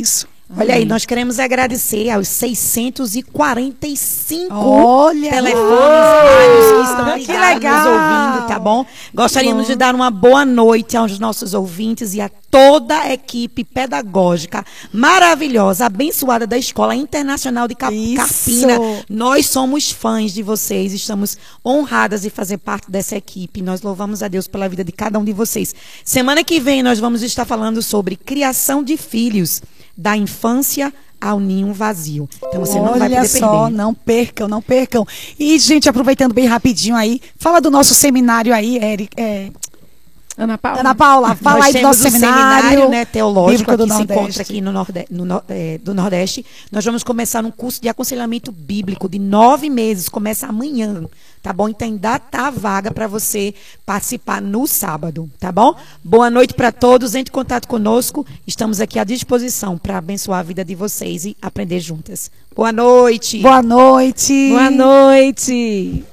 Speaker 1: Olha aí, nós queremos agradecer aos seiscentos e quarenta e cinco
Speaker 2: Olha!
Speaker 1: telefones rádios que estão
Speaker 2: Que
Speaker 1: ligados,
Speaker 2: legal!
Speaker 1: nos ouvindo, tá bom? Gostaríamos de dar uma boa noite aos nossos ouvintes e a toda a equipe pedagógica maravilhosa, abençoada da Escola Internacional de Cap-
Speaker 2: Isso!
Speaker 1: Carpina. Nós somos fãs de vocês, estamos honradas de fazer parte dessa equipe. Nós louvamos a Deus pela vida de cada um de vocês. Semana que vem nós vamos estar falando sobre criação de filhos, da infância ao ninho vazio. Então você não vai
Speaker 2: Olha
Speaker 1: poder
Speaker 2: só,
Speaker 1: perder.
Speaker 2: não percam, não percam. E, gente, aproveitando bem rapidinho aí, fala do nosso seminário aí, Eric. É,
Speaker 3: Ana Paula.
Speaker 2: Ana Paula, fala
Speaker 1: Nós
Speaker 2: aí do
Speaker 1: temos
Speaker 2: nosso
Speaker 1: o
Speaker 2: seminário,
Speaker 1: seminário, né, teológico
Speaker 2: bíblico do
Speaker 1: que se
Speaker 2: Nordeste.
Speaker 1: encontra aqui no, Norde no, no- é, do Nordeste. Nós vamos começar um curso de aconselhamento bíblico de nove meses. Começa amanhã, tá bom? Então ainda tá vaga para você participar no sábado, tá bom? Boa noite para todos. Entre em contato conosco. Estamos aqui à disposição para abençoar a vida de vocês e aprender juntas. Boa noite.
Speaker 2: Boa noite.
Speaker 3: Boa noite.